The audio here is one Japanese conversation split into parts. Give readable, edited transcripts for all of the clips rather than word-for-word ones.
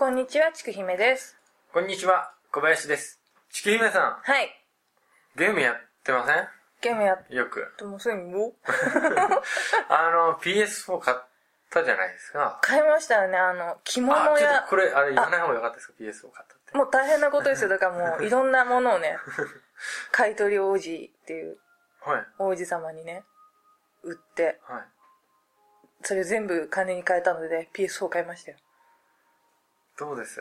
こんにちは、ちくひめです。 こんにちは、小林です。ちくひめさん。 はい。 ゲームやってません？ ゲームやってよく。 ませんよ。 PS4 買ったじゃないですか。 買いましたよね、着物や。 ちょっとこれ、言わない方がよかったですか？ PS4 買ったって。 もう大変なことですよ。だからもう、いろんなものをね、買い取り王子っていう、 はい。 王子様にね、売って、 はい。 それ全部金に変えたので、PS4 買いましたよ。 どうです？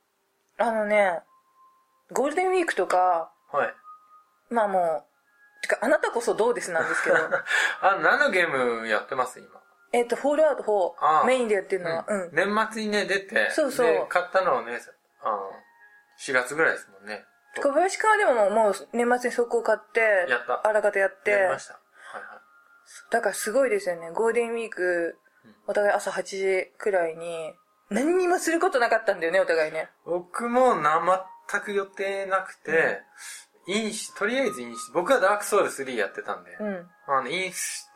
ゴールデンウィークとか、 はい。 まあもう、てか、あなたこそどうですなんですけど。 何のゲームやってます今？ フォールアウト4、メインでやってるのは、 年末にね、出て、 そうそう。 で、買ったのはね、4月ぐらいですもんね。 小林くんはでももう年末に速攻買って、 やった。 あらかたやって。 やりました。はいはい。 だからすごいですよね。ゴールデンウィーク、お互い朝8時くらいに、何にもすることなかったんだよね、お互いね。 僕も全く予定なくて、とりあえずインして、僕はダークソウル3やってたんで、インして、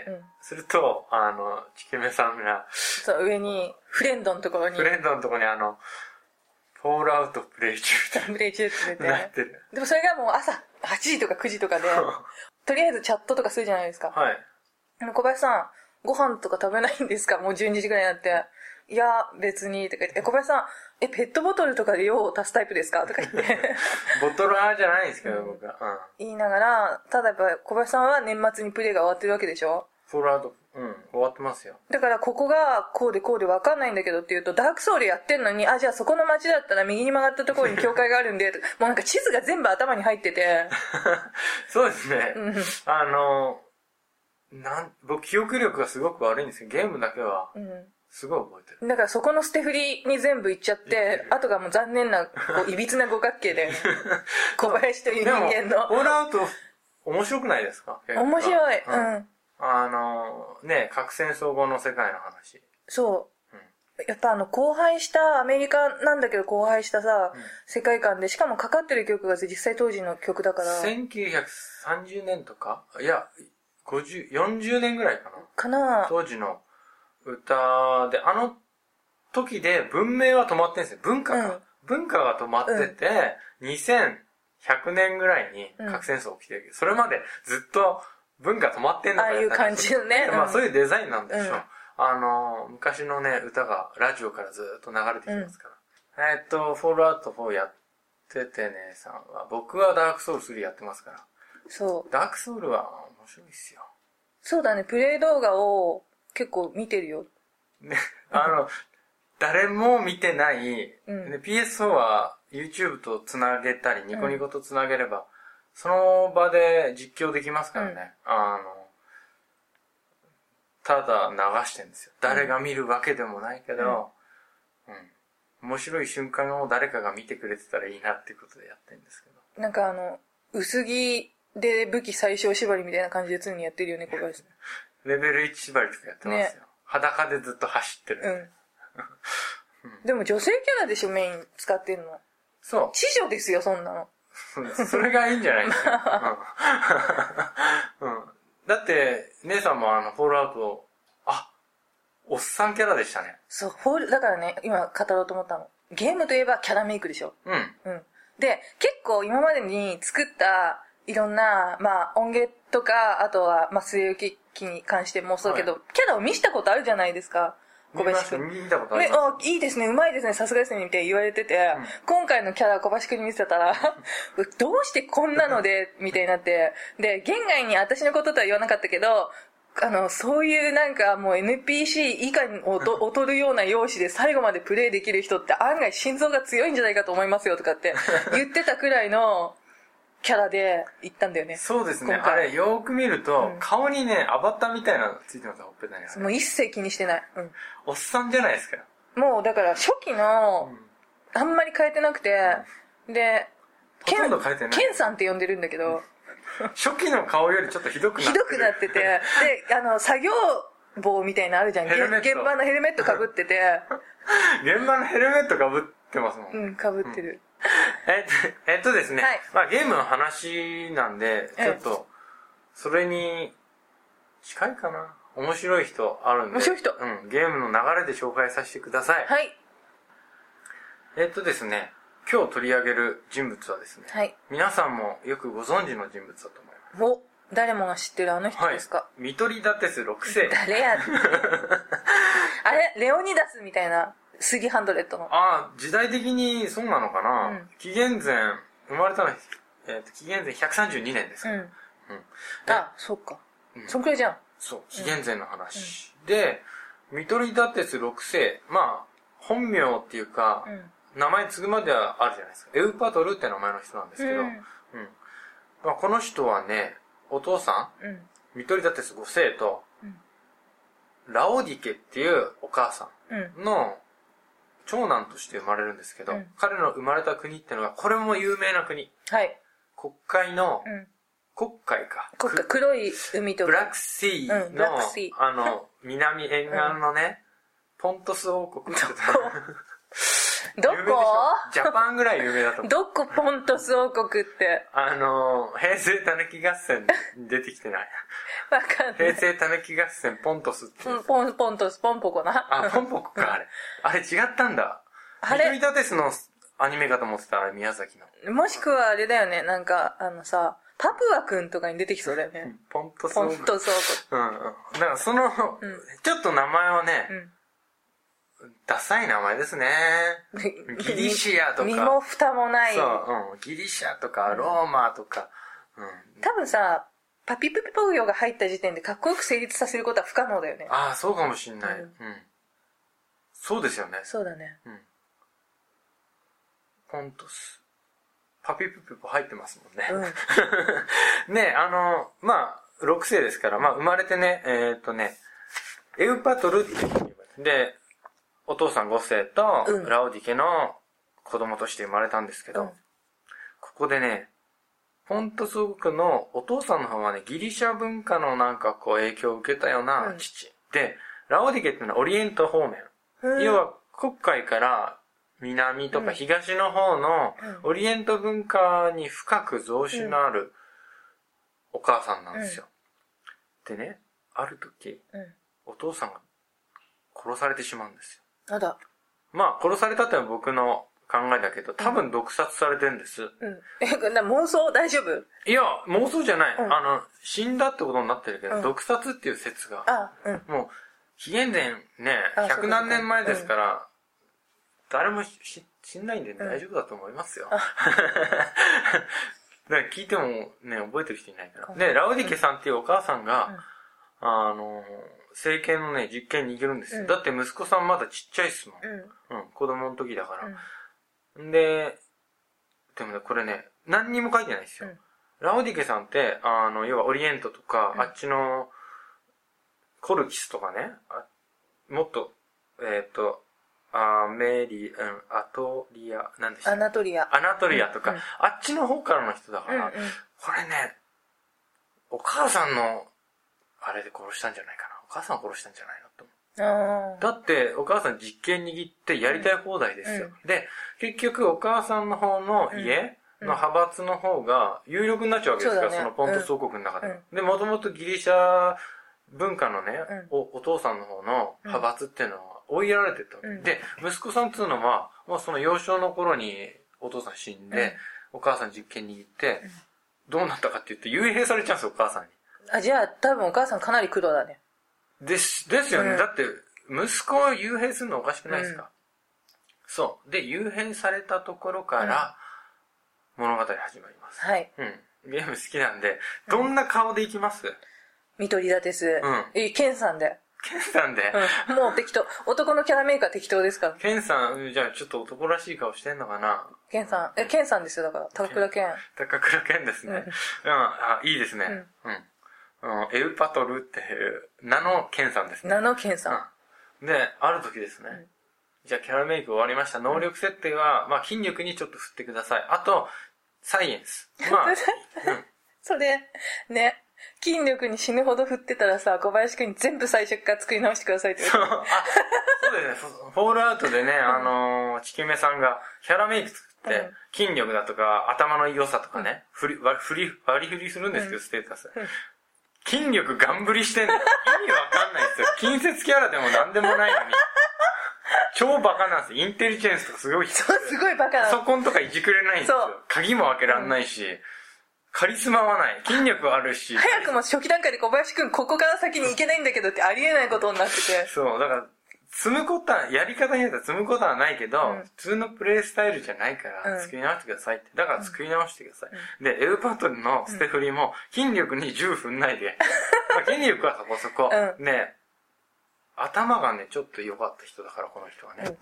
すると、ちきめさんが、 そう、上に、フレンドのところに、 フォールアウトプレイ中プレイ中って出て、 なってる。 でもそれがもう朝8時とか9時とかで、とりあえずチャットとかするじゃないですか。 はい。 小林さん、ご飯とか食べないんですか？もう12時くらいになって。いや、別に、とか言って、小林さん、ペットボトルとかで用を足すタイプですか？とか言って。 ボトル派じゃないんですけど、僕は。 言いながら、ただやっぱ小林さんは年末にプレイが終わってるわけでしょ？ フォールアウト、終わってますよ。 だからここがこうでこうで分かんないんだけどって言うと、ダークソウルやってんのに、じゃあそこの街だったら右に曲がったところに教会があるんで、もうなんか地図が全部頭に入ってて。 そうですね。僕記憶力がすごく悪いんですけど、ゲームだけは、すごい覚えてる。 だからそこの捨て振りに全部いっちゃって、あとがもう残念な、いびつな五角形だよね。小林という人間の。 フォールアウト、面白くないですか？ 面白い。 核戦争後の世界の話。 そう。やっぱ荒廃したアメリカなんだけど荒廃したさ、世界観で、しかもかかってる曲が実際当時の曲だから。 1930年とかいや、40年ぐらいかな。 かな？ 当時の歌で、時で文明は止まってんですよ。文化が止まってて、2100年ぐらいに核戦争起きてるけど、それまでずっと文化止まってんのかああいう感じのね。 まあそういうデザインなんでしょう。昔のね、歌がラジオからずっと流れてきますから。フォールアウト4やっててね、さんは、僕はダークソウル3やってますから。 そう。 ダークソウルは面白いっすよ。 そうだね、プレイ動画を結構見てるよ。 ね、誰も見てない、PS4 は YouTube とつなげたり、ニコニコとつなげれば、その場で実況できますからね。ただ流してるんですよ。誰が見るわけでもないけど、面白い瞬間を誰かが見てくれてたらいいなっていうことでやってるんですけど。 なんか薄着で武器最小縛りみたいな感じで常にやってるよね、小林さん。 レベル1縛りとかやってますよ。裸でずっと走ってる。 でも女性キャラでしょ、メイン使ってんの。 そう。 知女ですよ、そんなの。 それがいいんじゃないですか。だって、姉さんもフォールアウト、おっさんキャラでしたね。 そう、だからね、今語ろうと思ったの。ゲームといえばキャラメイクでしょ。で、結構今までに作ったいろんな、音ゲーとか、あとは、据え置き機に関してもそうだけど、キャラを見したことあるじゃないですか。 見たことあります。 いいですね、うまいですね、さすがですね、みたいに言われてて、今回のキャラ小林くんに見せたら、どうしてこんなので、みたいになって、で、現外に私のこととは言わなかったけど、そういうなんかもう NPC 以下に劣るような容姿で最後までプレイできる人って案外心臓が強いんじゃないかと思いますよとかって言ってたくらいのキャラで言ったんだよね。 そうですね。あれよーく見ると、顔にね、アバターみたいなのついてますよ、ほっぺたに。 もう一切気にしてない。 おっさんじゃないですか。 もうだから初期の、あんまり変えてなくて、で、 ほとんど変えてない。 ケンさんって呼んでるんだけど、 初期の顔よりちょっとひどくなってて、で、作業帽みたいなのあるじゃん。現場のヘルメット被ってて。 現場のヘルメット被ってますもん。 被ってる。 ですね。ゲームの話なんで、ちょっと、それに、近いかな。面白い人あるんで。 面白い人。 ゲームの流れで紹介させてください。 はい。 ですね、今日取り上げる人物はですね、 はい。 皆さんもよくご存知の人物だと思います。 お、誰もが知ってるあの人ですか？ ミトリダテス6世。 誰やあれレオニダスみたいな、杉ハンドレッドの。 時代的にそうなのかな、紀元前、生まれたのは、紀元前132年ですから。 そっか。そんくらいじゃん。 そう、紀元前の話。で、ミトリダテス6世、本名っていうか、名前継ぐまではあるじゃないですか。エウパトルって名前の人なんですけど、この人はね、お父さん、ミトリダテス5世と、ラオディケっていうお母さんの長男として生まれるんですけど、彼の生まれた国ってのが、これも有名な国。 はい。 黒海の、黒海か。 黒い海とブラックシーの、南沿岸のね、ポントス王国ってどこジャパンぐらい有名だと思う。 どこポントス王国って。 平成たぬき合戦に出てきてない。 わかんない。 平成たぬき合戦ポントスって。 ポントス、ポンポコな。 ポンポコか、あれ。あれ違ったんだ。ミトリダテスのアニメかと思ってた、あれ、宮崎の。 もしくはあれだよね、なんか、パプアくんとかに出てきそうだよね。 ポントス王国。 ポントス王国。 だからちょっと名前はね、ダサい名前ですね。ギリシアとか。 身も蓋もない。 そう、ギリシアとか、ローマとか。 多分さ、パピプピポヨが入った時点でかっこよく成立させることは不可能だよね。 そうかもしんない。そうですよね。 そうだね。 ポントス。パピプピポ入ってますもんね。ね、6世ですから、生まれてね、エウパトルっていうふうに呼ばれて、で、お父さん5世とラオディケの子供として生まれたんですけど、ここでね、ポントス王国のお父さんの方はね、ギリシャ文化の影響を受けたような父。で、ラオディケっていうのはオリエント方面。要は黒海から南とか東の方のオリエント文化に深く増進のあるお母さんなんですよ。でね、ある時、お父さんが殺されてしまうんですよ。殺されたってのは僕の考えだけど、多分毒殺されてるんです。 妄想大丈夫？ いや、妄想じゃない。死んだってことになってるけど、毒殺っていう説が。もう、紀元前ね、100何年前ですから、誰も死んないんで大丈夫だと思いますよ。だから聞いてもね、覚えてる人いないから。で、ラオディケさんっていうお母さんが、政権のね、実権握るんですよ。だって息子さんまだちっちゃいっすもん。子供の時だから。でもね、これね、何にも書いてないですよ。ラオディケさんって、要はオリエントとか、あっちの、コルキスとかね、もっと、アトリア、何でしたっけ？アナトリアとか、あっちの方からの人だから、これね、お母さんの、あれで殺したんじゃないかな。お母さんを殺したんじゃないのと思う。だって、お母さん実権握ってやりたい放題ですよ。で、結局お母さんの方の家の派閥の方が有力になっちゃうわけですから、そのポントス王国の中で。で、もともとギリシャ文化のね、お父さんの方の派閥っていうのは追いやられてた。で、息子さんっていうのは、もうその幼少の頃にお父さん死んで、お母さん実権握って、どうなったかって言って幽閉されちゃうんですよ、お母さんに。 じゃあ多分お母さんかなり苦労だね。 ですよね。だって、息子を幽閉するのおかしくないですか？そう。で、幽閉されたところから、物語始まります。 はい。 ゲーム好きなんで、どんな顔でいきます？ ミトリダテス。ケンさんで。 ケンさんで、 もう適当。男のキャラメーカー適当ですから。 ケンさん、じゃあちょっと男らしい顔してんのかな？ ケンさん。ケンさんですよ、だから。高倉健。 高倉健ですね。いいですね。エウパトルっていう名のケンさんですね。 名のケンさん。で、ある時ですね。じゃあキャラメイク終わりました。能力設定は、筋力にちょっと振ってください。あと、サイエンス。 それ、ね。筋力に死ぬほど振ってたらさ、小林くんに全部最初から作り直してくださいって言われて。 そうですね。フォールアウトでね、ちきめさんがキャラメイク作って、筋力だとか、頭の良さとかね、割り振りするんですけど、ステータス。筋力ガン振りしてんの。意味わかんないですよ。近接キャラでもなんでもないのに。 超バカなんですよ。インテリジェンスとかすごい。 そう、すごいバカなパソコンとかいじくれないんですそうよ。鍵も開けらんないし、カリスマはない。筋力はあるし。 早くも初期段階で小林くんここから先に行けないんだけどってありえないことになってて。 そう、だから、積むことは、やり方によっては積むことはないけど、 うん普通のプレイスタイルじゃないかうんら、作り直してくださいって。だから作り直してください。で、エウパトルの捨て振りも、筋力に10分ないで、まあ、筋力はそこそこ。 うね、頭がね、ちょっと良かった人だから、この人はね。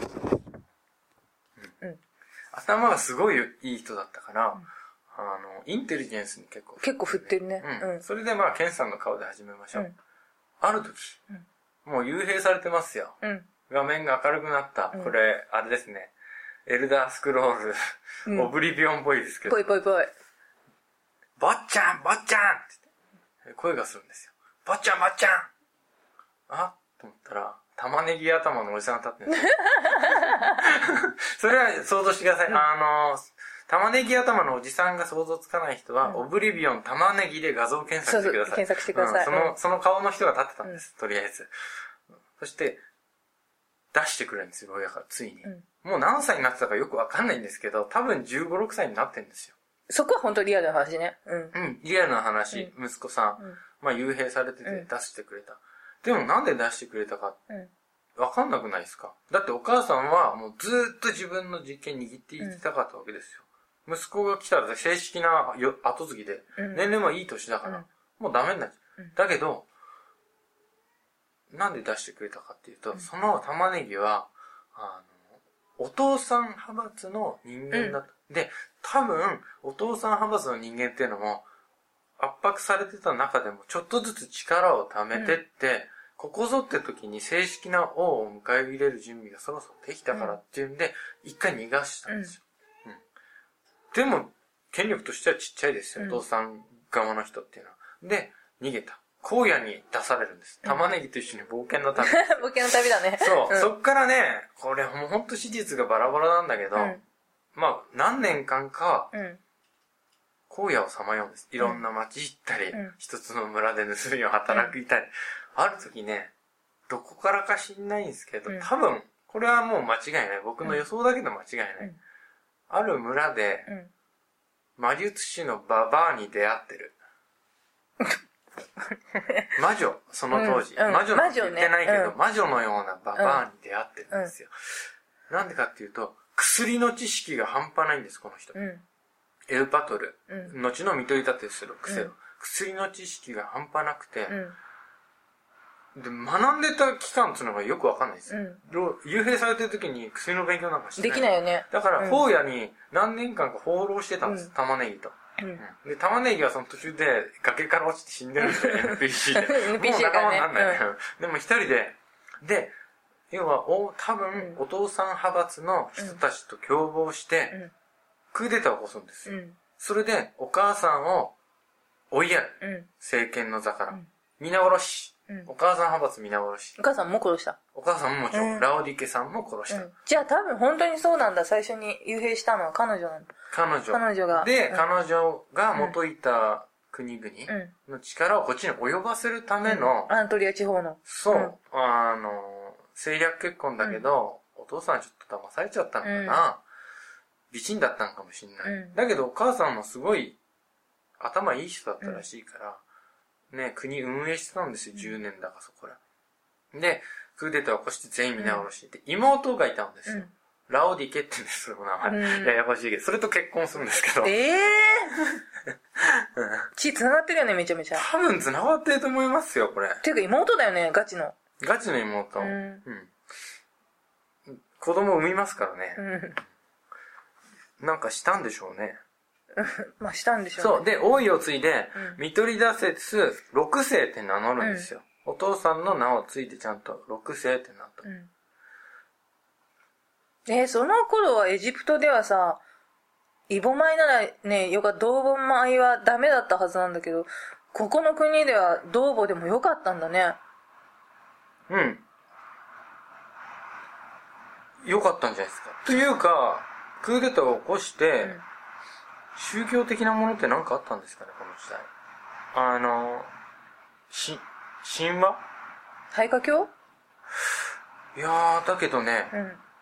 頭がすごいいい人だったから、インテリジェンスに結構振ってるね。 それでまあ、ケンさんの顔で始めましょう。 うんある時、もう幽閉されてますよ。画面が明るくなった。これ、あれですね。エルダースクロール、オブリビオンっぽいですけど。 ぽい。 坊ちゃんって言って声がするんですよ。坊ちゃんあと思ったら、玉ねぎ頭のおじさんが立ってるんですよ。それは想像してください。玉ねぎ頭のおじさんが想像つかない人は、オブリビオン玉ねぎで画像検索してください。 検索してください。 その顔の人が立ってたんです。とりあえず。そして、出してくれるんですよ、親がついに。もう何歳になってたかよくわかんないんですけど、多分15、6歳になってるんですよ。 そこは本当リアルな話ね。 リアルな話、息子さん、まあ幽閉されてて出してくれた。でもなんで出してくれたか、わかんなくないですか？だってお母さんはもうずーっと自分の実権握っていきたかったわけですよ。息子が来たら正式な後継ぎで、年齢もいい年だから、もうダメになっちゃう。だけど、なんで出してくれたかっていうと、その玉ねぎは、お父さん派閥の人間だと。で、多分、お父さん派閥の人間っていうのも、圧迫されてた中でも、ちょっとずつ力を貯めてって、ここぞって時に正式な王を迎え入れる準備がそろそろできたからっていうんで、一回逃がしたんですよ。でも、権力としてはちっちゃいですよ、お父さん側の人っていうのは。で、逃げた。荒野に出されるんです。玉ねぎと一緒に冒険の旅。 冒険の旅だね。 そう。そっからね、これもうほんと史実がバラバラなんだけど、まあ、何年間か、荒野をさまようんです。いろんな町行ったり、一つの村で盗みを働いたり。ある時ね、どこからか知んないんですけど、多分、これはもう間違いない。僕の予想だけど間違いない。ある村で、魔術師のババアに出会ってる。魔女、その当時。魔女なんて言ってないけど、魔女のようなババアに出会ってるんですよ。なんでかっていうと、薬の知識が半端ないんです、この人。エウパトル。後の見取り立てする癖を。薬の知識が半端なくて、で、学んでた期間っていうのがよくわかんないですよ。幽閉されてる時に薬の勉強なんかしてない。 できないよね。 だから、荒野に何年間か放浪してたんです、玉ねぎと。で、玉ねぎはその途中で崖から落ちて死んでるんですよ、NPC で。 NPC もう仲間になんない、 ね。 でも一人で、要は、多分、お父さん派閥の人たちと共謀して、クーデターを起こすんですよ。それで、お母さんを追いやる。政権の座から。皆殺し。お母さん派閥皆殺し。 お母さんも殺した。 お母さんももちろん、ラオディケさんも殺した。 じゃあ多分本当にそうなんだ。最初に幽閉したのは彼女なんだ。彼女が。 で、彼女が元いた国々の力をこっちに及ばせるための、 アナトリア地方の。 そう、政略結婚だけど、お父さんはちょっと騙されちゃったのかな。美人だったのかもしれない。だけどお母さんもすごい頭いい人だったらしいから、ね、国運営してたんですよ、10年だかそこら。で、クーデターを起こして全員皆殺し。で、妹がいたんですよ。ラオディケって言うんです、その名前。ややこしいけど、それと結婚するんですけど。 血繋がってるよね、めちゃめちゃ。 多分繋がってると思いますよ、これ。 ていうか妹だよね、ガチの。 ガチの妹。子供産みますからね。なんかしたんでしょうね。 まあしたんでしょうね。 そう。で、王位を継いで、見取り出せつ6世って名乗るんですよ。お父さんの名を継いでちゃんと6世ってなった。 その頃はエジプトではさ、イボ米ならね、銅母米はダメだったはずなんだけど、ここの国では銅母でもよかったんだね。 よかったんじゃないですか。というか、クーデターを起こして、宗教的なものって何かあったんですかね、この時代。神話？ 廃華教？ いやー、だけどね、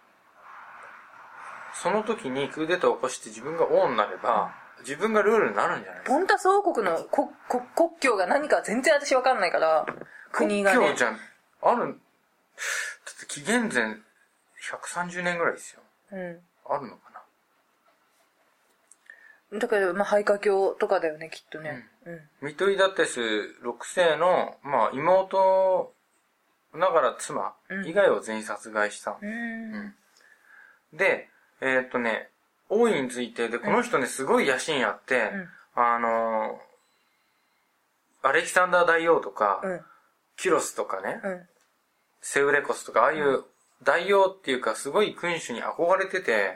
その時にクーデターを起こして自分が王になれば、自分がルールになるんじゃないですか。 ポンタス王国の国境が何か全然私わかんないから、国がね。 国境じゃん、ある、だって紀元前130年ぐらいですよ。 うん。 あるのかな。 だから、まあ、廃華教とかだよね、きっとね。 うん。ミトリダテス6世の、まあ、妹ながら妻以外を全員殺害した。うん。で、王位について、で、この人ね、すごい野心あって、アレキサンダー大王とか、キュロスとかね、セウレコスとか、ああいう大王っていうか、すごい君主に憧れてて、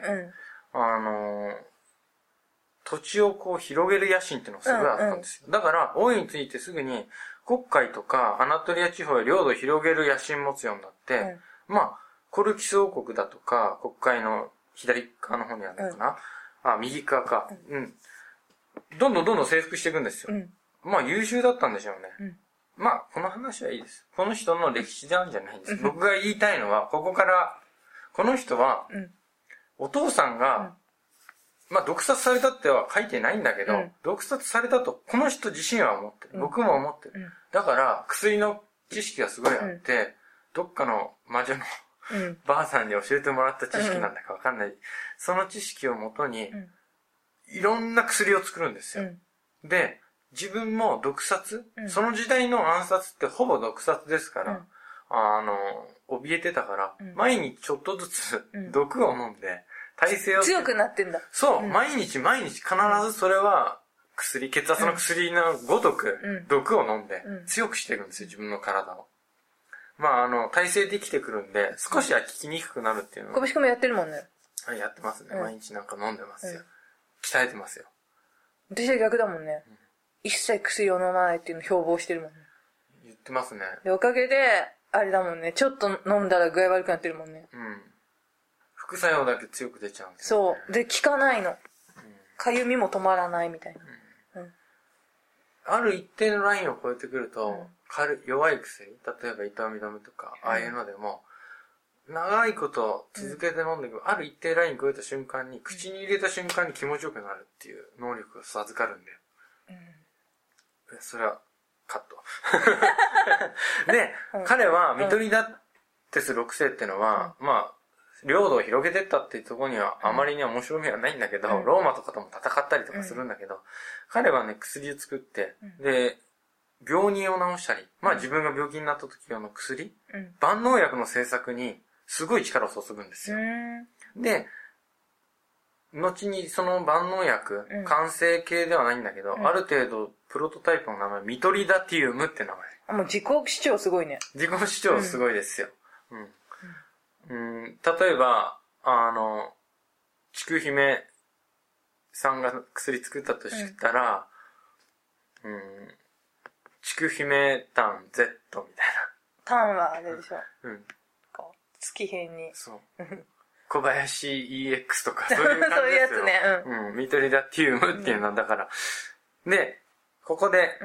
土地をこう広げる野心っていうのがすごいあったんですよ。だから、王位についてすぐに、黒海とかアナトリア地方へ領土を広げる野心持つようになって、まあ、コルキス王国だとか、黒海の左側の方にあるのかな、右側か、どんどん征服していくんですよ。まあ、優秀だったんでしょうね。まあ、この話はいいです。この人の歴史なんじゃないんです。僕が言いたいのは、ここから、この人は、お父さんが、まあ、毒殺されたっては書いてないんだけど、毒殺されたと、この人自身は思ってる。僕も思ってる。だから、薬の知識がすごいあって、どっかの魔女のばあさんに教えてもらった知識なんだかわかんない。その知識をもとに、いろんな薬を作るんですよ。で、自分も毒殺、その時代の暗殺ってほぼ毒殺ですから、怯えてたから、毎日ちょっとずつ毒を飲んで、体勢を強くなってんだ。 そう、毎日必ずそれは血圧の薬のごとく毒を飲んで強くしていくんですよ、自分の体を。まあ体勢できてくるんで、少しは効きにくくなるっていうの小林くんもやってるもんね。 はい、やってますね。毎日なんか飲んでますよ。鍛えてますよ。 私は逆だもんね。一切薬を飲まないっていうのを標榜してるもんね。 言ってますね。 で、おかげで、あれだもんね。ちょっと飲んだら具合悪くなってるもんね。 副作用だけ強く出ちゃうんですよ、ね。そう。で、効かないの。かゆみも止まらないみたいな。 ある一定のラインを超えてくると、弱い薬、例えば痛み止めとか、ああいうのでも、長いこと続けて飲んでいく、ある一定ライン超えた瞬間に、口に入れた瞬間に気持ちよくなるっていう能力が授かるんで。それは、カット。で、彼はミトリダテス6世ってのは、まあ、領土を広げてったっていうところにはあまりに面白みはないんだけど、ローマとかとも戦ったりとかするんだけど、彼はね、薬を作って、で、病人を治したり、まあ自分が病気になった時用の薬、万能薬の製作にすごい力を注ぐんですよ。で、後にその万能薬、完成形ではないんだけど、ある程度プロトタイプの名前、ミトリダティウムって名前。 もう自己主張すごいね。 自己主張すごいですよ。例えば、竹姫さんが薬作ったとしたら、竹姫炭 Z みたいな。 炭はあれでしょ。月辺に。 そう。小林 EX とか、そういう感じですよ。そういうやつね。ミトリダティウムっていうのは、だから。で、ここで、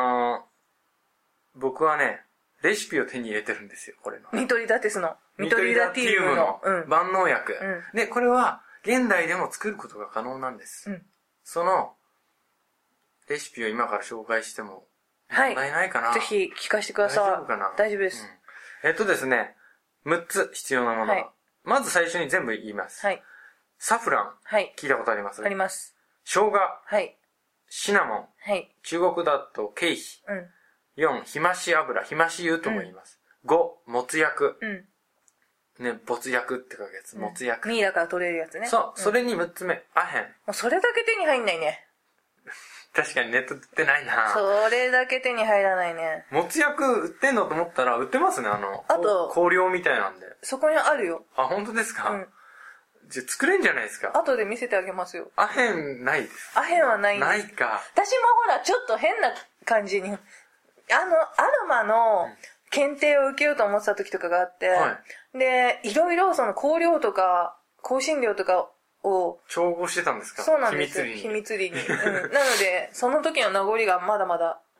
僕はね、レシピを手に入れてるんですよ、これの。 ミトリダテスの。ミトリダティウムの万能薬。で、これは、現代でも作ることが可能なんです。その、レシピを今から紹介しても、問題ないかな。 ぜひ聞かせてください。 大丈夫かな。 大丈夫です。 ですね、6つ必要なものが。まず最初に全部言います。サフラン。聞いたことあります？ あります。 生姜。シナモン。中国だと桂皮。4、ひまし油。ひまし油とも言います。5、もつ薬。ね、没薬って書くやつ。もつ薬。 ミイラから取れるやつね。 そう。それに6つ目、アヘン。もうそれだけ手に入んないね。 確かにネット売ってないな。 それだけ手に入らないね。 もつ薬売ってんのと思ったら売ってますね、 あと、 香料みたいなんで。 そこにあるよ。 あ、本当ですか？じゃあ作れんじゃないですか。 後で見せてあげますよ。 アヘンないです。 アヘンはないんです。 ないか。 私もほら、ちょっと変な感じに、アロマの検定を受けようと思ってた時とかがあって、で、いろいろその香料とか、香辛料とかを調合してたんですか？ そうなんですよ。秘密裏に。なので、その時の名残がまだまだ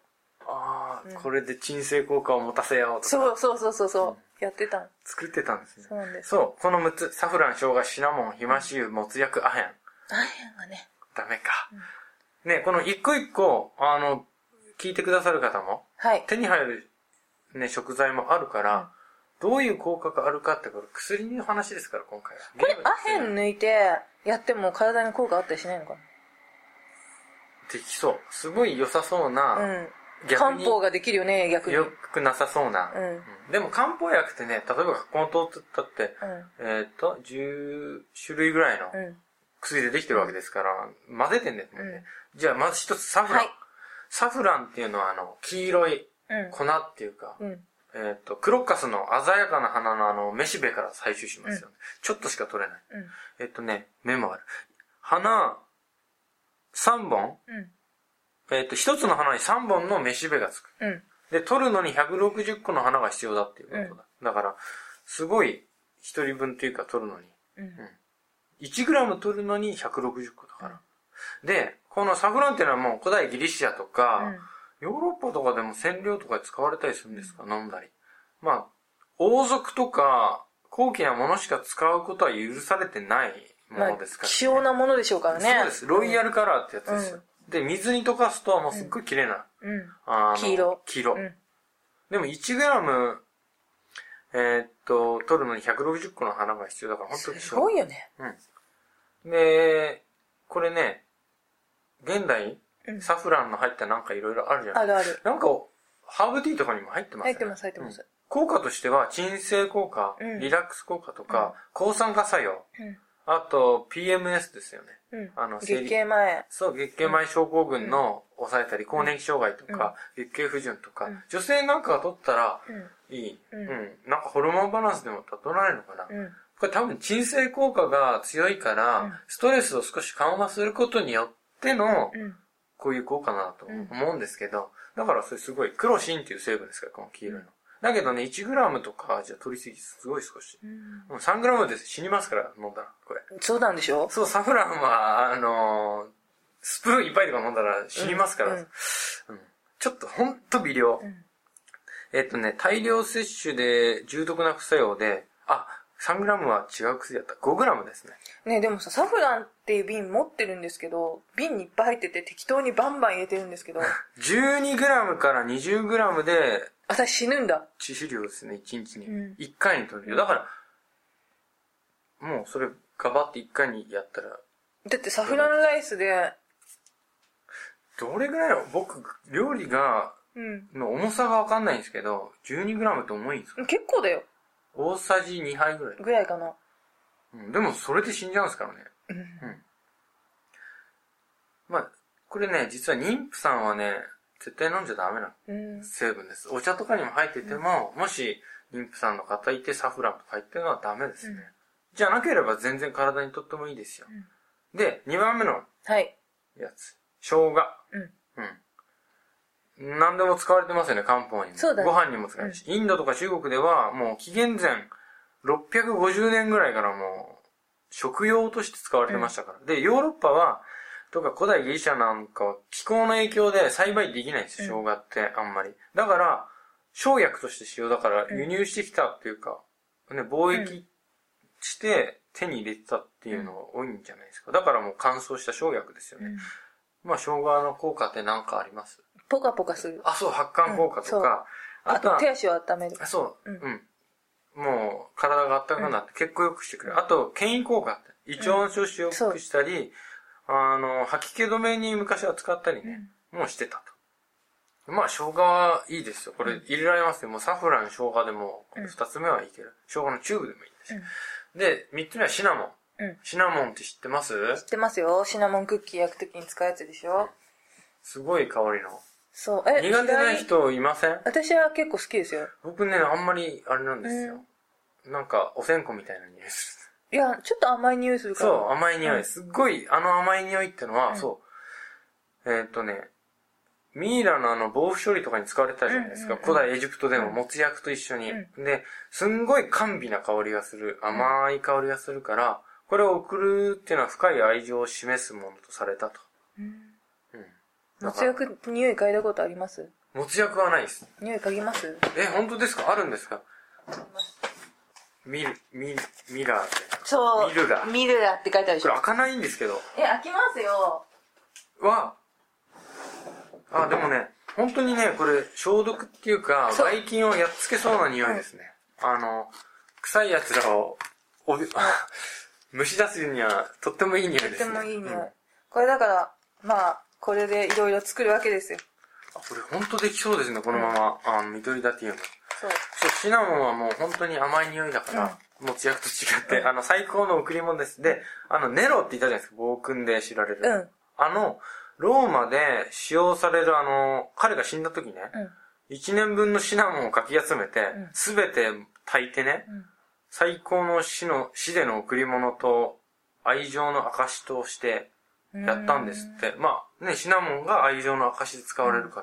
これで鎮静効果を持たせようとか。 そう、やってた。 作ってたんですね。 そうなんです。 そう、この6つ。サフラン、生姜、シナモン、ひまし油、没薬、アヘン。 アヘンがね。 ダメか。ね、この一個一個、聞いてくださる方も、手に入るね、食材もあるから、どういう効果があるかってこれ薬の話ですから、今回は。 これアヘン抜いてやっても体に効果あったりしないのかな？ できそう。すごい良さそうな、 漢方ができるよね、逆に。 よくなさそうな。でも漢方薬ってね、例えば学校の通ったって、10種類ぐらいの薬でできてるわけですから、混ぜてんですもんね。じゃあまず一つサフラン。サフランっていうのは黄色い粉っていうか、クロッカスの鮮やかな花のめしべから採取しますよね。ちょっとしか取れない。目もある。花3本、一つの花に3本のめしべがつく。で、取るのに160個の花が必要だっていうことだ。だから、すごい一人分っていうか取るのに。1グラム取るのに160個だから。で、このサフランっていうのはもう古代ギリシアとか、ヨーロッパとかでも染料とかで使われたりするんですか、飲んだり。まあ、王族とか高貴なものしか使うことは許されてないものですから、ね。 希少なものでしょうからね。 そうです。ロイヤルカラーってやつですよ。で、水に溶かすともうすっごい綺麗な。 黄色。 でも1グラム、取るのに160個の花が必要だから、本当にすごいよね。 で、これね、現代、サフランの入ったなんかいろいろあるじゃないですか。なんか、ハーブティーとかにも入ってますね。 入ってます。 効果としては、鎮静効果、リラックス効果とか、抗酸化作用、あと、PMS ですよね。 月経前。 そう、月経前症候群の抑えたり、更年期障害とか、月経不順とか、女性なんかが取ったらいい。なんかホルモンバランスでも整えるのかな。これ多分鎮静効果が強いから、ストレスを少し緩和することによっての、こういう効果だと思うんですけど、だからそれすごい、クロシンっていう成分ですから、この黄色いの。だけどね、1グラムとかじゃ取りすぎすごい少し。3グラムで死にますから、飲んだら、これ。 そうなんでしょ？ そう、サフランは、スプーン一杯とか飲んだら死にますから。ちょっとほんと微量。大量摂取で重篤な副作用で、3グラムは違う薬だった。5グラムですね。 ね、でもさ、サフランっていう瓶持ってるんですけど、瓶にいっぱい入ってて適当にバンバン入れてるんですけど。 12グラムから20グラムで、 私死ぬんだ。 致死量ですね、1日に。1回に取るよ。だから、もうそれ、ガバって1回にやったら。 だってサフランライスで、 どれぐらいの、僕、料理が、の重さがわかんないんですけど、12グラムって重いんですか？ 結構だよ。 大さじ2杯ぐらい。 ぐらいかな。 でもそれで死んじゃうんですからね。まあ、これね、実は妊婦さんはね、絶対飲んじゃダメな成分です。お茶とかにも入ってても、もし妊婦さんの方いてサフランとか入ってるのはダメですね。じゃなければ全然体にとってもいいですよ。で、2番目のやつ。生姜。何でも使われてますよね、漢方にも。ご飯にも使えるし。インドとか中国では、もう紀元前650年ぐらいからもう、食用として使われてましたから。で、ヨーロッパは、とか古代ギリシャなんかは気候の影響で栽培できないんですよ、生姜ってあんまり。だから、生薬として使用だから輸入してきたっていうか、ね、貿易して手に入れてたっていうのが多いんじゃないですか。だからもう乾燥した生薬ですよね。まあ、生姜の効果って何かあります？ ポカポカする。 そう、発汗効果とか。 あと手足を温める。 そう、もう、体が温かくなって血行良くしてくれる。あと、牽引効果って。胃腸の調子を良くしたり、吐き気止めに昔は使ったりね、もうしてたと。まあ、生姜はいいですよ。これ入れられますよ。もうサフラン、生姜でも、二つ目はいける。生姜のチューブでもいいですよ。で、三つ目はシナモン。シナモンって知ってます？ 知ってますよ。シナモンクッキー焼くときに使うやつでしょ。 すごい香りの。 そう。 苦手な人いません？ 私は結構好きですよ。 僕ね、あんまりあれなんですよ。なんか、お線香みたいな匂いする。いや、ちょっと甘い匂いするから。 そう、甘い匂い。すっごい、甘い匂いってのは、そう。ミイラの防腐処理とかに使われてたじゃないですか。古代エジプトでも、もつ薬と一緒に。で、すんごい甘美な香りがする。甘い香りがするから、これを送るっていうのは深い愛情を示すものとされたと。 もつ薬匂い嗅いだことあります？ 持ち薬はないです。 匂い嗅ぎます？ 本当ですか？あるんですか？ミラーって。 そう。ミルラって書いてあるでしょ。 これ開かないんですけど。 開きますよ。 でもね、本当にね、これ消毒っていうか、ばい菌をやっつけそうな匂いですね。臭い奴らを、蒸し出すにはとってもいい匂いですね。 とってもいい匂い。これだから、これでいろいろ作るわけですよ。 これ本当できそうですね、このまま。ミドリダティウム。そう、シナモンはもう本当に甘い匂いだから、持ち薬と違って、最高の贈り物です。で、ネロって言ったじゃないですか、暴君で知られる。ローマで使用される彼が死んだ時ね、1年分のシナモンをかき集めて、すべて炊いてね、最高の死での贈り物と愛情の証としてやったんですって。シナモンが愛情の証で使われるから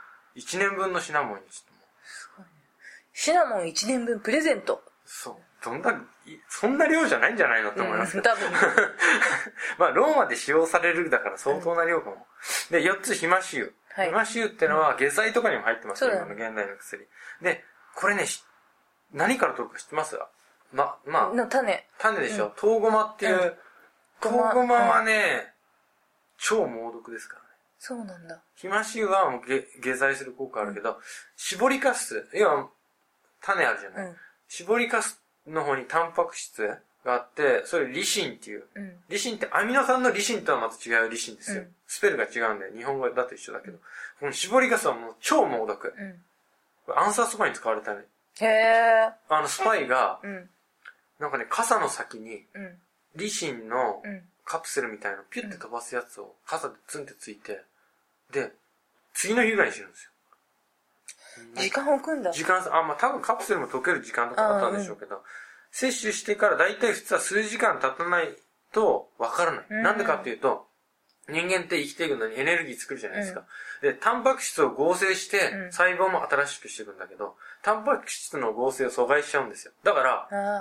、1年分のシナモンにしても。 すごいね。シナモン1年分プレゼント。 そう。そんな量じゃないんじゃないのって思いますけど。 多分。 ローマで使用されるだから相当な量かも。で、4つ、ヒマシ油。ヒマシ油ってのは下剤とかにも入ってますよ、今の現代の薬。で、これね、何から取るか知ってます？種でしょ。トウゴマっていう、トウゴマはね、超猛毒ですからね。 そうなんだ。 ヒマシ油はもう下剤する効果あるけど、搾りかす、要は種あるじゃない。搾りかすの方にタンパク質があって、それリシンっていう。リシンってアミノ酸のリシンとはまた違うリシンですよ。スペルが違うんで、日本語だと一緒だけど。この搾りかすはもう超猛毒。これ暗殺とかに使われたね。 へー。 スパイが、なんかね、傘の先に、リシンのカプセルみたいなのピュッて飛ばすやつを傘でツンってついて、で、次の日ぐらいに死ぬんですよ。 時間置くんだ。 多分カプセルも溶ける時間とかあったんでしょうけど、摂取してからだいたい普通は数時間経たないとわからない。なんでかっていうと、人間って生きていくのにエネルギー作るじゃないですか。で、タンパク質を合成して、細胞も新しくしていくんだけど、タンパク質の合成を阻害しちゃうんですよ。だから、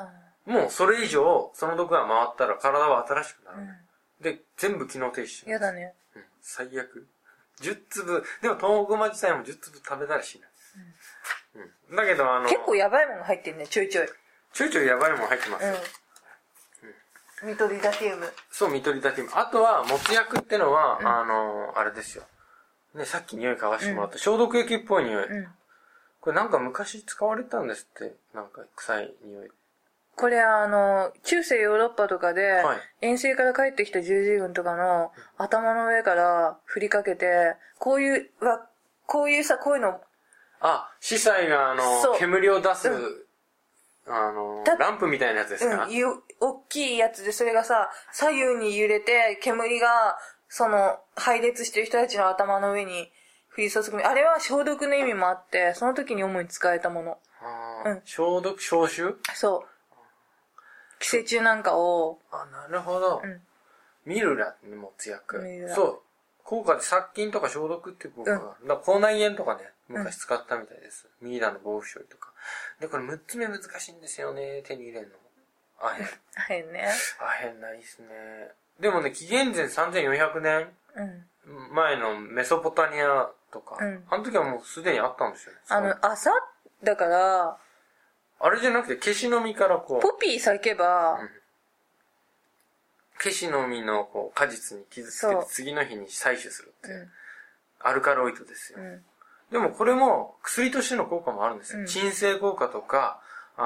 もうそれ以上、その毒が回ったら体は新しくなる。で、全部機能停止しちゃう。 やだね。 最悪。10粒、でもトウゴマ自体も10粒食べたら死ぬ。だけど結構やばいもの入ってるね、ちょいちょい。 ちょいちょいやばいもの入ってますよ。 ミトリダティウム。 そう、ミトリダティウム。あとは、持ち薬ってのは、あれですよ。ね、さっき匂い嗅がしてもらった、消毒液っぽい匂い。これなんか昔使われたんですって。なんか臭い匂い。 これ中世ヨーロッパとかで、遠征から帰ってきた十字軍とかの頭の上から振りかけて、こういうの。 司祭が煙を出す、ランプみたいなやつですか？ 大きいやつで、それがさ、左右に揺れて、煙が、配列してる人たちの頭の上に降り注ぐ。あれは消毒の意味もあって、その時に主に使えたもの。 消毒、消臭？ そう。寄生虫なんかを。 なるほど。ミルラって持つ薬。そう。効果で殺菌とか消毒っていう効果が。だから口内炎とかね、昔使ったみたいです。ミイラの防腐処理とか。で、これ6つ目難しいんですよね、手に入れるの。アヘンね。アヘンないですね。でもね、紀元前3400年前のメソポタニアとか、あの時はもうすでにあったんですよね。 朝だから、 あれじゃなくて、ケシの実からこう。 ポピー咲けば、 ケシの実の果実に傷つけて次の日に採取するって。アルカロイドですよ。でもこれも薬としての効果もあるんですよ。鎮静効果とか、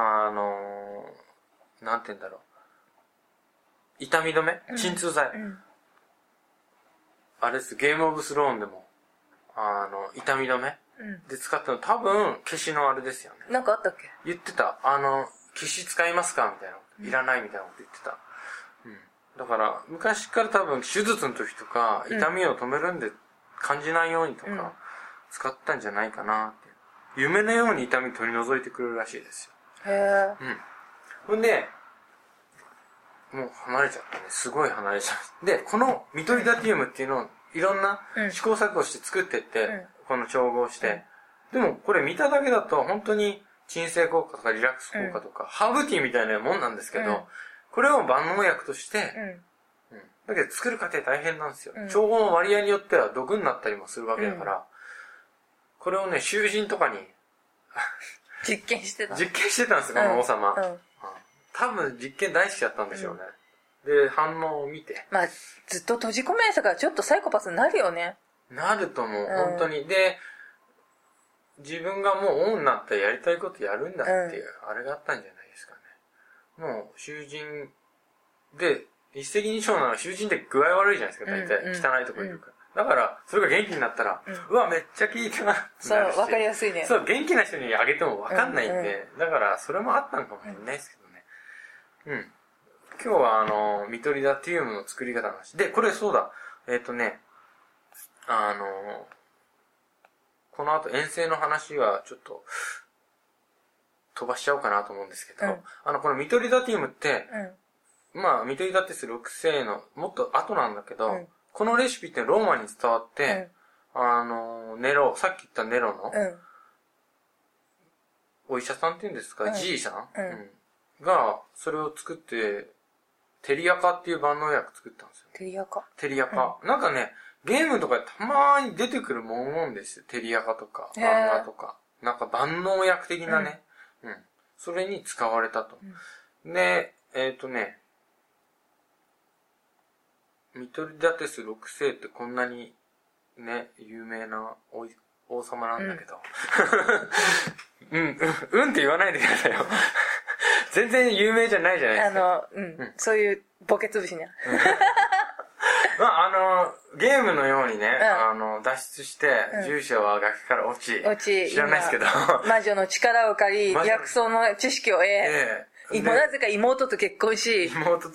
なんて言うんだろう。痛み止め、鎮痛剤。あれです、ゲームオブスローンでも、痛み止めで使ったの多分、消しのあれですよね。 なんかあったっけ？ 言ってた。消し使いますかみたいな。いらないみたいなこと言ってた。だから、昔から多分、手術の時とか、痛みを止めるんで感じないようにとか、使ったんじゃないかなって。夢のように痛み取り除いてくれるらしいですよ。 へぇ。ほんで、もう離れちゃったね。すごい離れちゃう。で、このミトリダティウムっていうのをいろんな試行錯誤して作ってって、この調合して。でもこれ見ただけだと本当に鎮静効果とかリラックス効果とか、ハーブティーみたいなもんなんですけど、これを万能薬として、だけど作る過程大変なんですよ。調合の割合によっては毒になったりもするわけだから、 これをね、囚人とかに実験してたんですよ、この王様。多分実験大好きだったんでしょうね。で、反応を見て。 まあ、ずっと閉じ込められたからちょっとサイコパスになるよね。 なると思う、本当に。で、自分がもう王になったらやりたいことやるんだっていう、あれがあったんじゃないですかね。もう、囚人で、一石二鳥なら囚人って具合悪いじゃないですか、大体。汚いとこいるから。だから、それが元気になったら、うわ、めっちゃ効いたなってそう、わかりやすいね。 そう、元気な人にあげてもわかんないんで、だから、それもあったのかもしれないですけどね。今日は、ミトリダティウムの作り方の話。で、これそうだ。この後遠征の話はちょっと飛ばしちゃおうかなと思うんですけど、このミトリダティウムって、まあ、ミトリダティス6世のもっと後なんだけど、このレシピってローマに伝わって、ネロ、さっき言ったネロの、お医者さんっていうんですか、G さん、が、それを作って、テリアカっていう万能薬作ったんですよ。 テリアカ。 テリアカ。なんかね、ゲームとかでたまーに出てくる文言ですよ。テリアカとか、漫画とか。なんか万能薬的なね。それに使われたと。で、ミトリダテス6世ってこんなにね、有名な王様なんだけど。って言わないでくださいよ。全然有名じゃないじゃないですか。 そういうボケつぶしね。 まあ、ゲームのようにね、脱出して、従者は崖から落ち、知らないですけど。 魔女の力を借り、薬草の知識を得、なぜか妹と結婚し、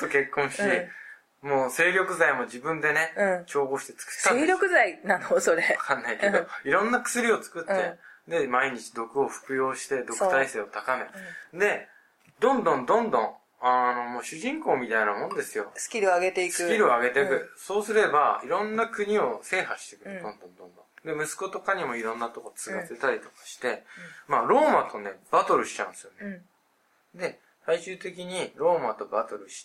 もう精力剤も自分でね、調合して作ったんです。 精力剤なのそれ。 わかんないけど、いろんな薬を作って、で、毎日毒を服用して、毒耐性を高め、で、どんどん、もう主人公みたいなもんですよ。 スキルを上げていく。 そうすれば、いろんな国を制覇していく。どんどん。で、息子とかにもいろんなとこ継がせたりとかして、まあ、ローマとね、バトルしちゃうんですよね。で、最終的にローマとバトルして、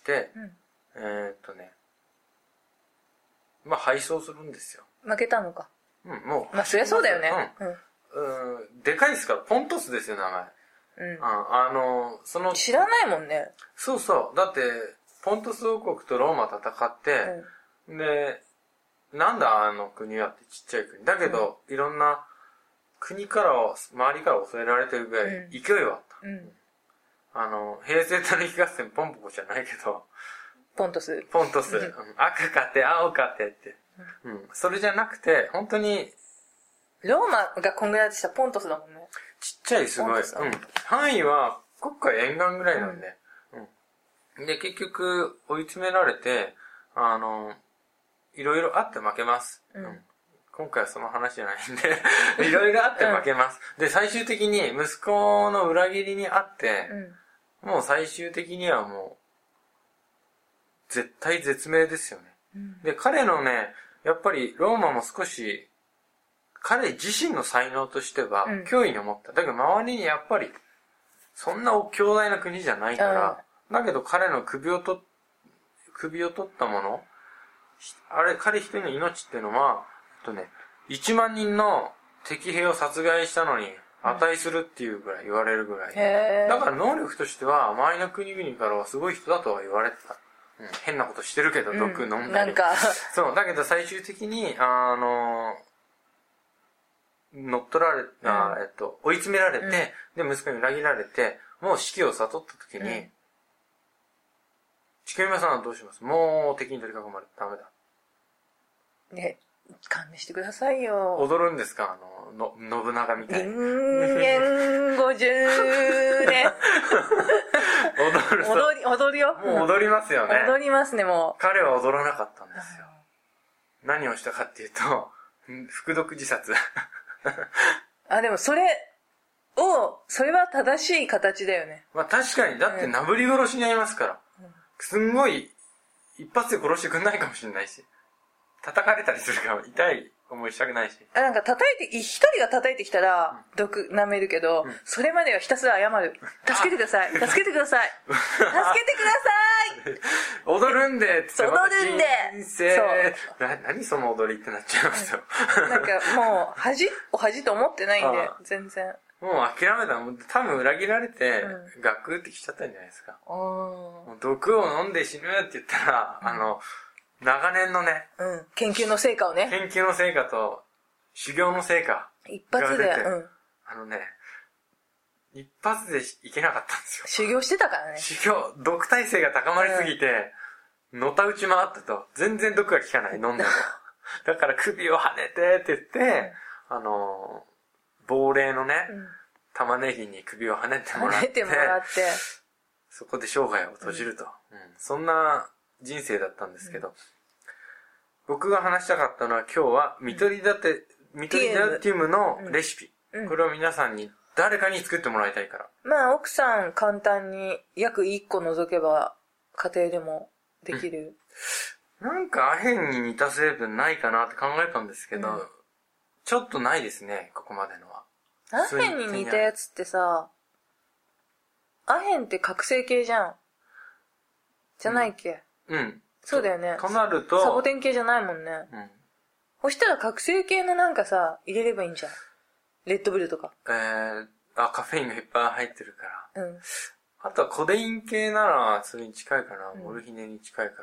まあ、敗走するんですよ。 負けたのか。 もう。 まあ、そりゃそうだよね。 でかいですから、ポントスですよ、名前。 知らないもんね。 そう。だって、ポントス王国とローマ戦って、で、なんだあの国はってちっちゃい国。だけど、いろんな国から周りから襲えられてるぐらい勢いはあった。平成たぬき合戦ポンポコじゃないけど、 ポントス。 赤勝て、青勝てって。それじゃなくて、本当に、 ローマがこんぐらいでしたポントスだもんね。 ちっちゃいすごい。範囲は国家沿岸ぐらいなんで。で、結局追い詰められて、いろいろあって負けます。今回はその話じゃないんで、いろいろあって負けます。で、最終的に息子の裏切りにあって、もう最終的にはもう、絶対絶命ですよね。で、彼のね、やっぱりローマも少し、彼自身の才能としては脅威に思った。だけど周りにやっぱりそんな強大な国じゃないから、だけど彼の首を取ったもの、彼一人の命っていうのは、1万人の敵兵を殺害したのに値するっていうぐらい言われるぐらい。だから能力としては周りの国々からはすごい人だとは言われてた。変なことしてるけど、毒飲んだり。そう、だけど最終的に、乗っ取られ、追い詰められて、で、息子に裏切られて、もう死期を悟った時に、ちくみまさんはどうします？もう敵に取り囲まれてダメだ。 ね、勘弁してくださいよ。 踊るんですか？信長みたいに。 人間50年。踊るよ。 もう踊りますよね。 踊りますね、もう。 彼は踊らなかったんですよ。何をしたかっていうと、服毒自殺。 でもそれは正しい形だよね。 まあ確かに、だってなぶり殺しにありますから。すんごい、一発で殺してくんないかもしれないし。叩かれたりするから痛い思いしたくないし。 なんか一人が叩いてきたら、毒舐めるけど、それまではひたすら謝る。助けてください。助けてください。助けてください踊るんでって踊るんで人生何その踊りってなっちゃいますよ。 なんかもう、恥と思ってないんで、全然。 もう諦めた。多分裏切られて、ガクってきちゃったんじゃないですか。毒を飲んで死ぬって言ったら、長年のね、 研究の成果をね。 研究の成果と、修行の成果。 一発で、 一発でいけなかったんですよ。 修行してたからね。 毒耐性が高まりすぎて、のたうち回ったと、全然毒が効かない、飲んでも。だから首を跳ねてって言って、亡霊のね、玉ねぎに首を跳ねてもらって、そこで生涯を閉じると。そんな人生だったんですけど、僕が話したかったのは今日はミトリダティウムのレシピ。これを皆さんに誰かに作ってもらいたいから。 まあ奥さん簡単に約1個除けば家庭でもできる。 なんかアヘンに似た成分ないかなって考えたんですけど、ちょっとないですね、ここまでのは。 アヘンに似たやつってさ、アヘンって覚醒系じゃん。じゃないっけ？そうだよね。 となると、 サボテン系じゃないもんね。そしたら覚醒系のなんかさ、入れればいいんじゃん。レッドブルとか。 カフェインがいっぱい入ってるから。あとはコデイン系なら、それに近いかな。モルヒネに近いから。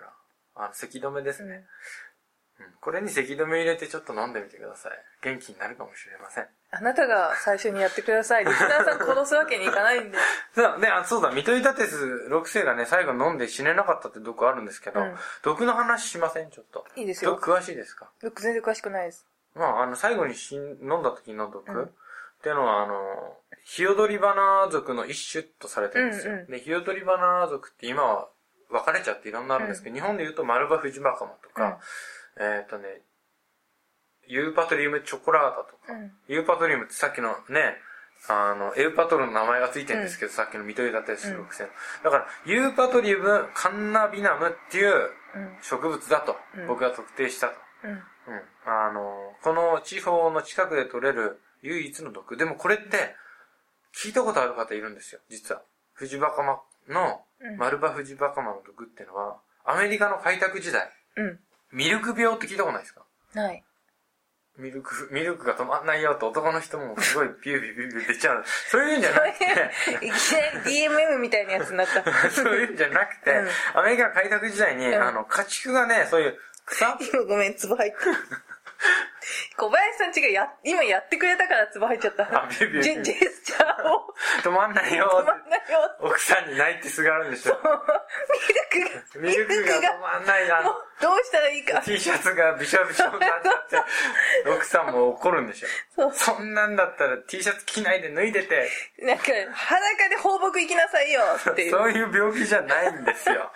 咳止めですね。これに咳止め入れてちょっと飲んでみてください。元気になるかもしれません。 あなたが最初にやってください。リスナーさん殺すわけにいかないんで。 そうだ、ミトリダテス6世がね、最後飲んで死ねなかったって毒あるんですけど、毒の話しませんちょっと。 いいですよ。 毒詳しいですか？ 毒全然詳しくないです。 最後に飲んだ時の毒、っていうのは、ヒヨドリバナ属の一種とされてるんですよ。で、ヒヨドリバナ属って今は分かれちゃっていろんなあるんですけど、日本で言うとマルバフジバカマとか、ユーパトリウムチョコラータとか、ユーパトリウムってさっきのね、エウパトルの名前がついてるんですけど、さっきのミトリダテス6世の。だから、ユーパトリウムカンナビナムっていう植物だと、僕が特定したと。この地方の近くで取れる唯一の毒。でもこれって、聞いたことある方いるんですよ、実は。フジバカマの、マルバフジバカマの毒っていうのは、アメリカの開拓時代、ミルク病って聞いたことないですか？ ない。 ミルクが止まんないよって男の人もすごいビュービュービュービュー出ちゃう。そういうんじゃなくて。 いきなり DMM みたいなやつになった。 そういうんじゃなくて、アメリカの開拓時代に、家畜がね、そういう草今ごめん、ツボ入った。小林さんちが今やってくれたからツボ入っちゃった。ジェスチャーを。 止まんないよ。奥さんに泣いてすがるんですよ。ミルクが止まんない。 どうしたらいいか。 T シャツがびしょびしょになっちゃって、奥さんも怒るんでしょ。そんなんだったら T シャツ着ないで脱いでて。 なんか、裸で放牧行きなさいよっていう。 そういう病気じゃないんですよ。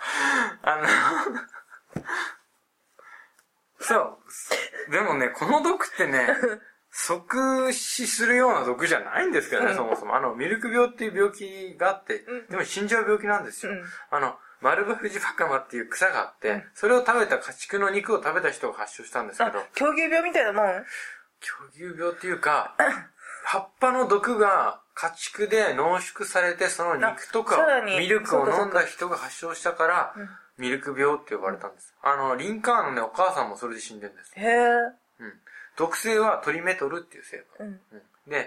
そう。でもね、この毒ってね、即死するような毒じゃないんですけどね、そもそも。ミルク病っていう病気があって、でも死んじゃう病気なんですよ。マルバフジバカマっていう草があって、それを食べた家畜の肉を食べた人が発症したんですけど。 狂牛病みたいなもん？ 狂牛病っていうか、葉っぱの毒が家畜で濃縮されて、その肉とかミルクを飲んだ人が発症したから、ミルク病って呼ばれたんです。リンカーンのね、お母さんもそれで死んでるんです。 へぇ毒性はトリメトルっていう成分。で、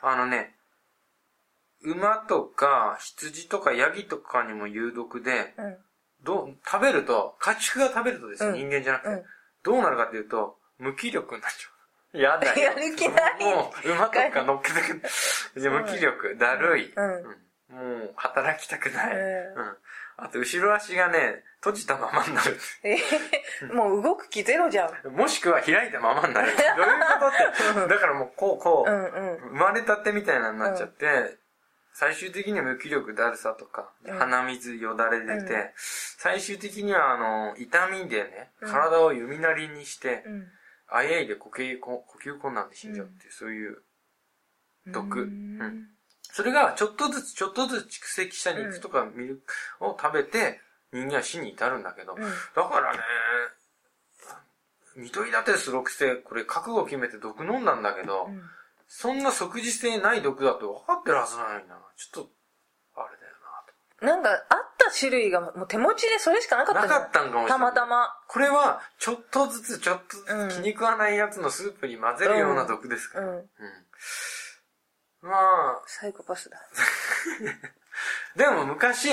馬とか羊とかヤギとかにも有毒で、食べると、家畜が食べるとですね、人間じゃなくて、どうなるかっていうと、無気力になっちゃう。やだよ。 やる気ない。 もう、馬とか乗っけてくる。無気力、だるい。もう、働きたくない。あと、後ろ足がね、閉じたままになる。 もう動く気ゼロじゃん。 もしくは開いたままになる。どういうことって。だからもう、こう、生まれたてみたいなのになっちゃって、最終的には無気力、だるさとか、鼻水、よだれ出て、最終的には、痛みでね、体を弓なりにして、あえいで呼吸困難で死んじゃうっていう、そういう毒。それがちょっとずつ蓄積した肉とかミルクを食べて人間は死に至るんだけど、だからね、 ミトリダテス6世、これ覚悟を決めて毒飲んだんだけど、そんな即時性ない毒だと分かってるはずなのにな。ちょっと、あれだよなと。 なんか、あった種類がもう手持ちでそれしかなかったじゃん。 なかったんかもしれない。 たまたま。 これは、ちょっとずつ気に食わないやつのスープに混ぜるような毒ですから。まあ。 サイコパスだ。 でも昔、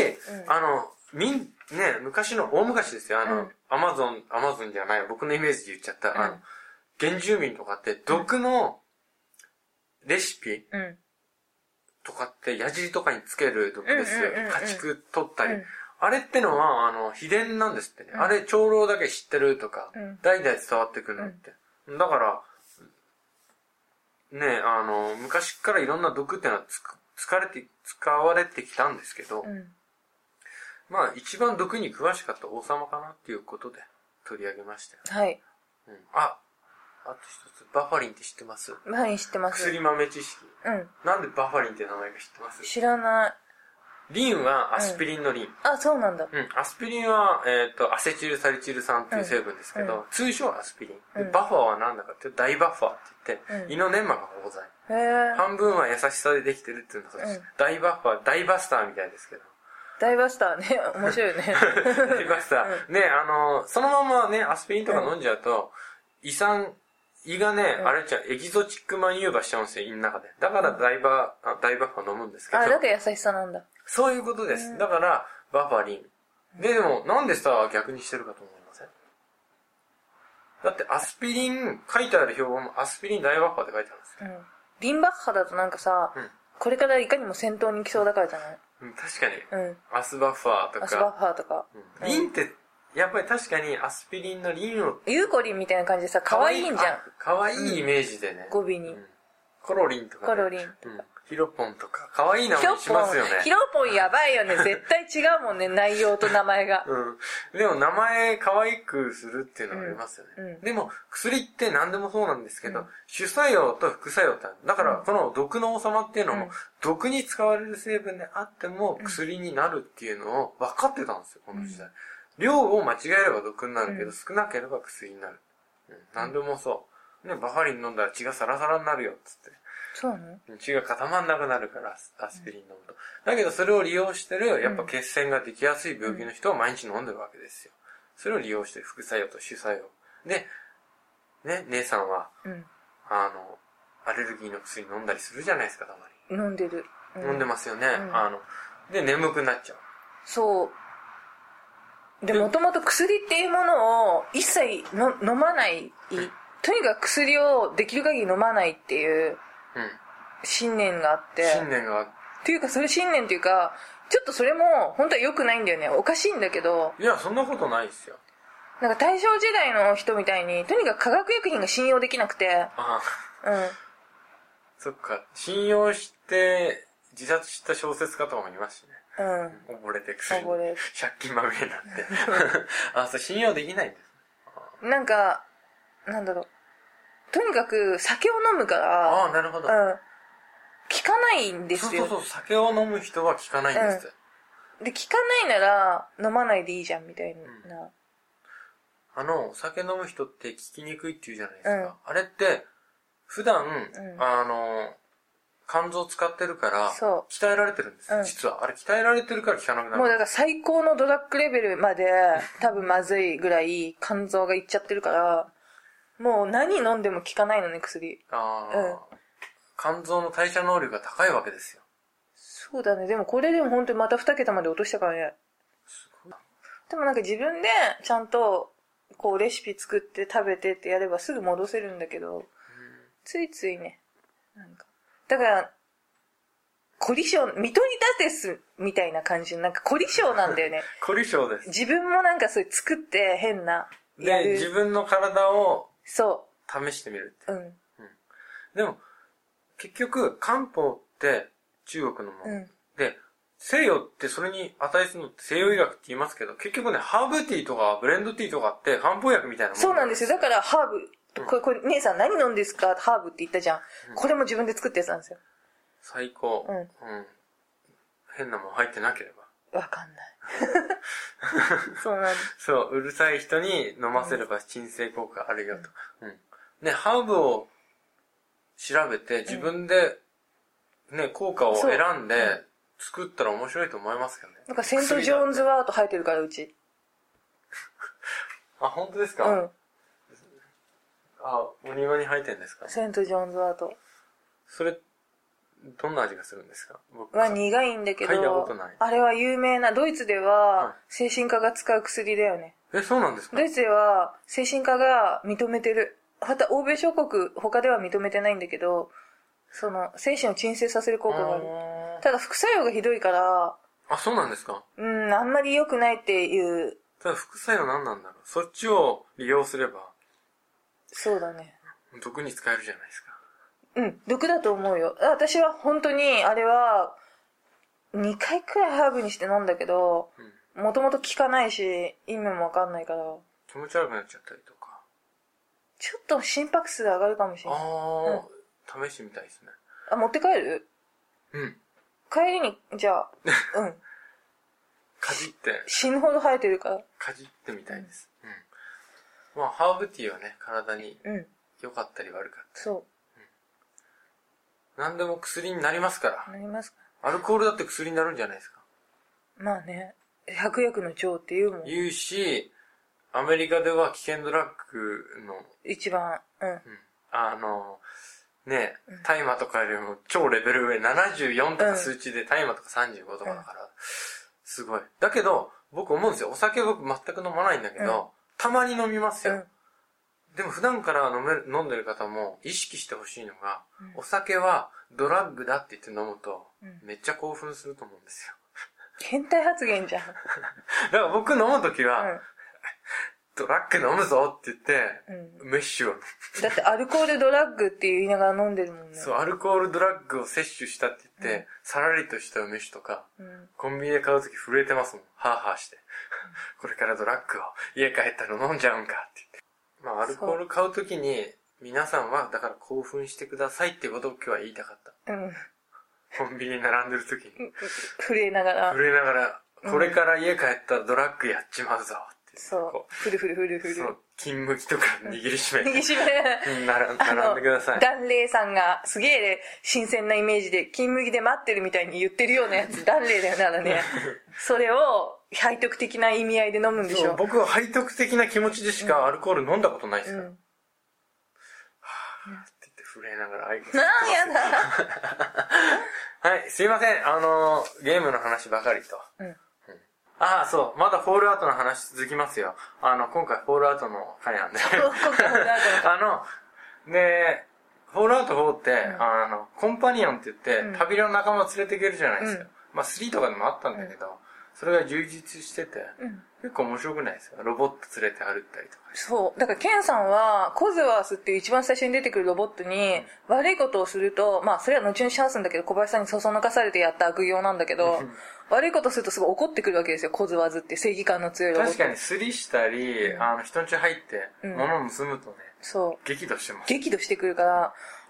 昔の、大昔ですよ。アマゾンじゃない、僕のイメージで言っちゃった。原住民とかって、毒のレシピとかって、矢尻とかにつける毒ですよ。家畜取ったり。あれってのは、秘伝なんですってね。あれ、長老だけ知ってるとか、代々伝わってくるのって。だから、ね、昔からいろんな毒ってのは使われてきたんですけど、まあ、一番毒に詳しかった王様かなっていうことで取り上げましたよ。 はい。 あと一つ、バファリンって知ってます？ バファリン知ってます。 薬豆知識。なんでバファリンって名前か知ってます？ 知らない。 リンはアスピリンのリン。 あ、そうなんだ。 アスピリンは、アセチルサリチル酸っていう成分ですけど、通称アスピリン。バファーは何だかっていうと、大バッファーって言って、胃の粘膜が保剤。半分は優しさでできてるっていうんだそうです。大バッファー、大バスターみたいですけど。 大バスターね、面白いね。 大バスター。ね、そのままね、アスピリンとか飲んじゃうと、胃がね、あれじゃエキゾチックマニューバーしちゃうんですよ、胃の中で。だから大バッファー飲むんですけど。 だから優しさなんだ。 そういうことです。だから、バファリン。でも、なんでさ、逆にしてるかと思いません？だって、アスピリン、書いてある標本もアスピリン大バッファーって書いてあるんですよ。 リンバッハだとなんかさ、これからいかにも先頭に来そうだからじゃない？ 確かに。アスバッファーとか。 アスバッファーとか。 リンって、やっぱり確かにアスピリンのリンを。 ユーコリンみたいな感じでさ、可愛いんじゃん。 可愛いイメージでね。 語尾に。 コロリンとか。 コロリン。 ヒロポンとか、可愛い名前しますよね。 ヒロポンやばいよね。絶対違うもんね、内容と名前が。 でも名前可愛くするっていうのがありますよね。でも、薬って何でもそうなんですけど、主作用と副作用ってある。だから、この毒の王様っていうのも、毒に使われる成分であっても薬になるっていうのを分かってたんですよ、この時代。量を間違えれば毒になるけど、少なければ薬になる。何でもそう。ね、バファリン飲んだら血がサラサラになるよ、つって。 そうなの？ 血が固まんなくなるから、アスピリン飲むと。だけどそれを利用してる、やっぱ血栓ができやすい病気の人は毎日飲んでるわけですよ。それを利用してる副作用と主作用。で、ね、姉さんは、アレルギーの薬飲んだりするじゃないですか、たまに。 飲んでる。 飲んでますよね。で、眠くなっちゃう。 そう。で、もともと薬っていうものを一切飲まない。とにかく薬をできる限り飲まないっていう信念があって。っていうか、それ信念っていうか、ちょっとそれも本当は良くないんだよね。おかしいんだけど。 いや、そんなことないですよ。 なんか大正時代の人みたいに、とにかく化学薬品が信用できなくて。 そっか。信用して自殺した小説家とかもいますしね。溺れて薬に借金まみれになって。それ信用できないんです。 なんか、なんだろう。とにかく酒を飲むから。 なるほど。 効かないんですよ。 そう、酒を飲む人は効かないんです。 で、効かないなら飲まないでいいじゃんみたいな。 酒飲む人って効きにくいって言うじゃないですか。あれって、普段、肝臓使ってるから、鍛えられてるんです。実は。あれ鍛えられてるから効かなくなる。 もうだから最高のドラッグレベルまで多分まずいぐらい肝臓がいっちゃってるから、もう何飲んでも効かないのね、薬。 肝臓の代謝能力が高いわけですよ。 そうだね。でもこれでも本当にまた2桁まで落としたからね。すごい。でもなんか自分でちゃんとこうレシピ作って食べてってやればすぐ戻せるんだけど、ついついね、なんか。だから、凝り性、ミトリダテスみたいな感じの、なんか凝り性なんだよね。 凝り性です。 自分もなんかそういう作って変な。 で、自分の体を試してみるって。でも、結局、漢方って中国のもの。で、西洋ってそれに値するのって西洋医学って言いますけど、結局ね、ハーブティーとかブレンドティーとかって漢方薬みたいなもの。 そうなんですよ。だからハーブ。これ、姉さん何飲んですかハーブって言ったじゃん。これも自分で作ったやつなんですよ。 最高。変なもん入ってなければ。 わかんない。 そうなんだ。 そう、うるさい人に飲ませれば鎮静効果あるよと。ね、ハーブを調べて自分でね、効果を選んで作ったら面白いと思いますけどね。 なんかセントジョーンズワート生えてるから、うち。 あ、本当ですか？あ、お庭に生えてるんですか？ セントジョーンズワート。 それ、どんな味がするんですか？僕は苦いんだけど、 嗅いだことない。 あれは有名な、ドイツでは精神科が使う薬だよね。 そうなんですか？ ドイツでは精神科が認めてる。また欧米諸国、他では認めてないんだけど、精神を鎮静させる効果がある。ただ副作用がひどいから、 あ、そうなんですか？ あんまり良くないっていう。 ただ副作用何なんだろう？そっちを利用すれば。 そうだね。 毒に使えるじゃないですか。 毒だと思うよ。私は本当に、あれは、2回くらいハーブにして飲んだけど、もともと効かないし、意味もわかんないから。 気持ち悪くなっちゃったりとか。 ちょっと心拍数上がるかもしれない。 試してみたいですね。 あ、持って帰る？帰りに、じゃあ、 かじって。 死ぬほど生えてるから。 かじってみたいです。まあ、ハーブティーはね、体に良かったり悪かったり。 そう。 何でも薬になりますから。 なりますか。 アルコールだって薬になるんじゃないですか。 まあね、百薬の長って言うもん。 言うし、アメリカでは危険ドラッグの一番、 ね、大麻とかよりも超レベル上、74とか数値で大麻とか35とかだから、すごい。だけど、僕思うんですよ。お酒僕全く飲まないんだけど、たまに飲みますよ。でも普段から飲んでる方も意識してほしいのが、お酒はドラッグだって言って飲むと、めっちゃ興奮すると思うんですよ。 変態発言じゃん。だから僕飲むときは、ドラッグ飲むぞって言って、メッシュを。 だってアルコールドラッグって言いながら飲んでるもんね。 そう、アルコールドラッグを摂取したって言って、さらりとした梅酒とか、コンビニで買うとき震えてますもん。ハーハーして。これからドラッグを家帰ったら飲んじゃうんかって言って。まあ、アルコール買うときに、皆さんは、だから興奮してくださいっていうことを今日は言いたかった。コンビニに並んでるときに。 震えながら。 これから家帰ったらドラッグやっちまうぞって。 そう。ふる。そう、 金麦とか握りしめて。 握りしめ。 並んでください。 ダンレイさんがすげえ新鮮なイメージで、金麦で待ってるみたいに言ってるようなやつ、ダンレイだよね、あれね。それを、背徳的な意味合いで飲むんでしょ。 僕は背徳的な気持ちでしかアルコール飲んだことないですから。はぁって言って震えながら愛が。 やだ。 はい、すいません。ゲームの話ばかりと。そう。まだフォールアウトの話続きますよ。今回フォールアウトの回なんで。 今回フォールアウトで、フォールアウト4って、コンパニオンって言って、旅の仲間を連れていけるじゃないですか。まあ3とかでもあったんだけど、それが充実してて、結構面白くないですか？ロボット連れて歩ったりとか。 そう。だからケンさんは、コズワースっていう一番最初に出てくるロボットに、悪いことをすると、まあそれは後に話すんだけど、小林さんにそそのかされてやった悪行なんだけど、悪いことをするとすごい怒ってくるわけですよ、コズワーズって正義感の強いロボット。 確かにすりしたり、人ん家入って、物を盗むとね、 そう。 激怒してます。 激怒してくるから、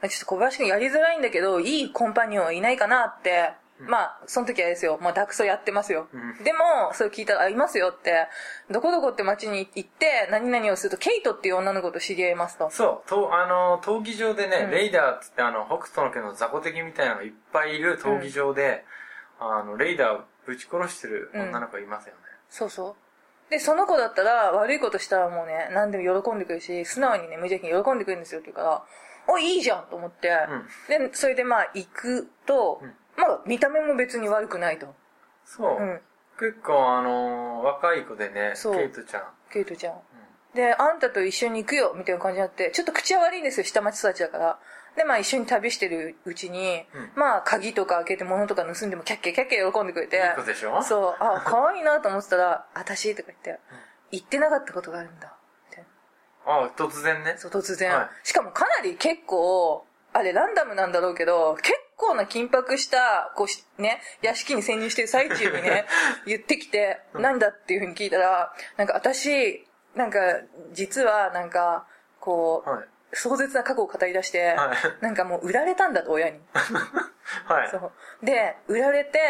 ちょっと小林くんやりづらいんだけど、いいコンパニオンはいないかなって、まあ、その時はですよ。まあ、ダクソやってますよ。でも、それ聞いたら、いますよって、どこどこって街に行って、何々をすると、ケイトっていう女の子と知り合いますと。 そう。闘技場でね、レイダーっつって北斗の拳の雑魚敵みたいなのがいっぱいいる闘技場で、レイダーをぶち殺してる女の子いますよね。 そうそう。で、その子だったら、悪いことしたらもうね、何でも喜んでくるし、素直にね、無邪気に喜んでくるんですよって言うから、いいじゃんと思って、で、それでまあ、行くと、まあ、見た目も別に悪くないと。 そう。結構若い子でね、ケイトちゃん。 ケイトちゃん。で、あんたと一緒に行くよ、みたいな感じになって、ちょっと口は悪いんですよ、下町育ちだから。で、まあ一緒に旅してるうちに、まあ鍵とか開けて物とか盗んでもキャッキャキャッキャ喜んでくれて。いい子でしょ？ そう、可愛いなと思ってたら、私とか言って、言ってなかったことがあるんだ。みたいな。突然ね。 そう、突然。しかもかなり結構、あれランダムなんだろうけど、結構な緊迫した、こうね、屋敷に潜入してる最中にね、言ってきて、なんだっていう風に聞いたら、なんか私、なんか、実はなんか、こう、壮絶な過去を語り出して、なんかもう売られたんだと、親に。そう。で、売られて、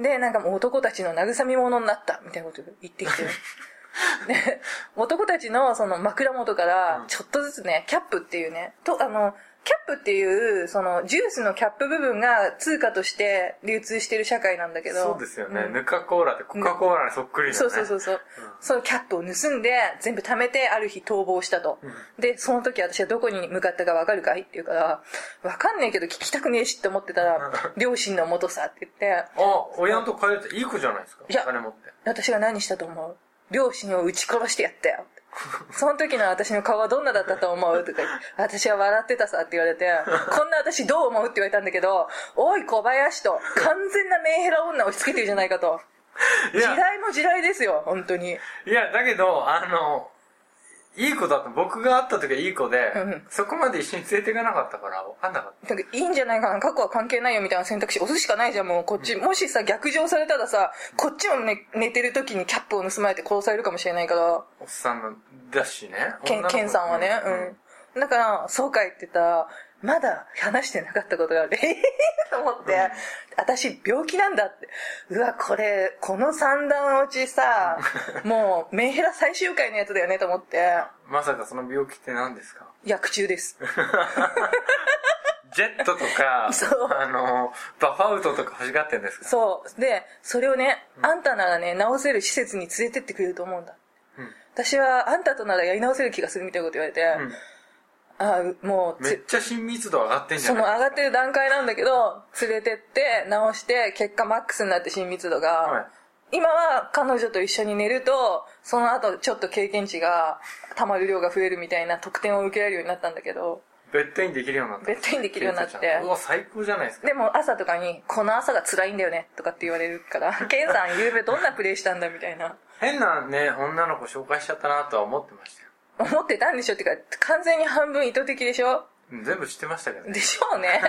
で、なんかもう男たちの慰め者になった、みたいなこと言ってきて。で、男たちのその枕元から、ちょっとずつね、キャップっていうね、キャップっていう、その、ジュースのキャップ部分が通貨として流通してる社会なんだけど。 そうですよね。ヌカコーラってコカ・コーラにそっくりだね。 そう。そのキャップを盗んで、全部貯めて、ある日逃亡したと。で、その時私はどこに向かったかわかるかいって言うから、わかんねえけど聞きたくねえしって思ってたら、両親の元さって言って。 親のとこ帰れていい子じゃないですか。 いや、 お金持って。 私が何したと思う？両親を撃ち殺してやったよ。その時の私の顔はどんなだったと思うとか言って、私は笑ってたさって言われて、こんな私どう思うって言われたんだけど、おい小林と、完全なメンヘラ女を押し付けてるじゃないかと。時代も時代ですよ、本当に。 いや、だけど、いい子だった。僕が会った時はいい子で、そこまで一緒に連れていかなかったから分かんなかった。 なんかいいんじゃないかな、過去は関係ないよみたいな選択肢押すしかないじゃん、もうこっち。もしさ、逆上されたらさ、こっちも、ね、寝てる時にキャップを盗まれて殺されるかもしれないから。 おっさんだしね。 ケンさんはね、だから、そうかいって言ったら、まだ話してなかったことがある。と思って、私病気なんだって。うわ、この三段落ちさ、もうメンヘラ最終回のやつだよねと思って。 まさかその病気って何ですか？ 薬中です。 ジェットとか、バファウトとか欲しがってんですか？ そう。で、それをね、あんたならね、治せる施設に連れてってくれると思うんだ。私はあんたとならやり直せる気がするみたいなこと言われて、もうめっちゃ親密度上がってんじゃない？ その上がってる段階なんだけど、連れてって直して結果マックスになって親密度が、今は彼女と一緒に寝るとその後ちょっと経験値が溜まる量が増えるみたいな特典を受けられるようになったんだけど、 ベッドインできるようになった。 ベッドインできるようになって、 うわ最高じゃないですか。 でも朝とかにこの朝が辛いんだよねとかって言われるから、ケンさん昨夜どんなプレイしたんだみたいな。 変なね女の子紹介しちゃったなとは思ってましたよ。 思ってたんでしょってか、完全に半分意図的でしょ？ 全部知ってましたけどね。 でしょうね。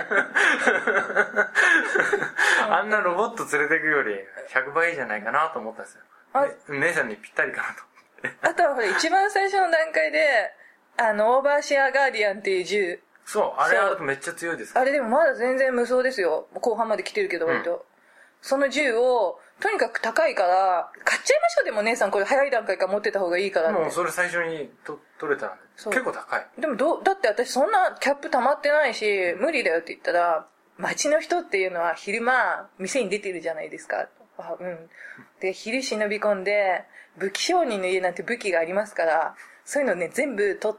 あんなロボット連れてくより100倍いいじゃないかなと思ったんですよ。姉さんにぴったりかなと。 あとはほら、一番最初の段階で、オーバーシェアガーディアンっていう銃。 そう、あれあるとめっちゃ強いですから。 あれでもまだ全然無双ですよ。後半まで来てるけど割と。その銃を、とにかく高いから、買っちゃいましょう。でも姉さんこれ早い段階から持ってた方がいいからって。 もうそれ最初に取れたら結構高い。 でもだって私そんなキャップ溜まってないし、無理だよって言ったら、街の人っていうのは昼間、店に出てるじゃないですか。で、昼忍び込んで、武器商人の家なんて武器がありますから、そういうのね、全部取って、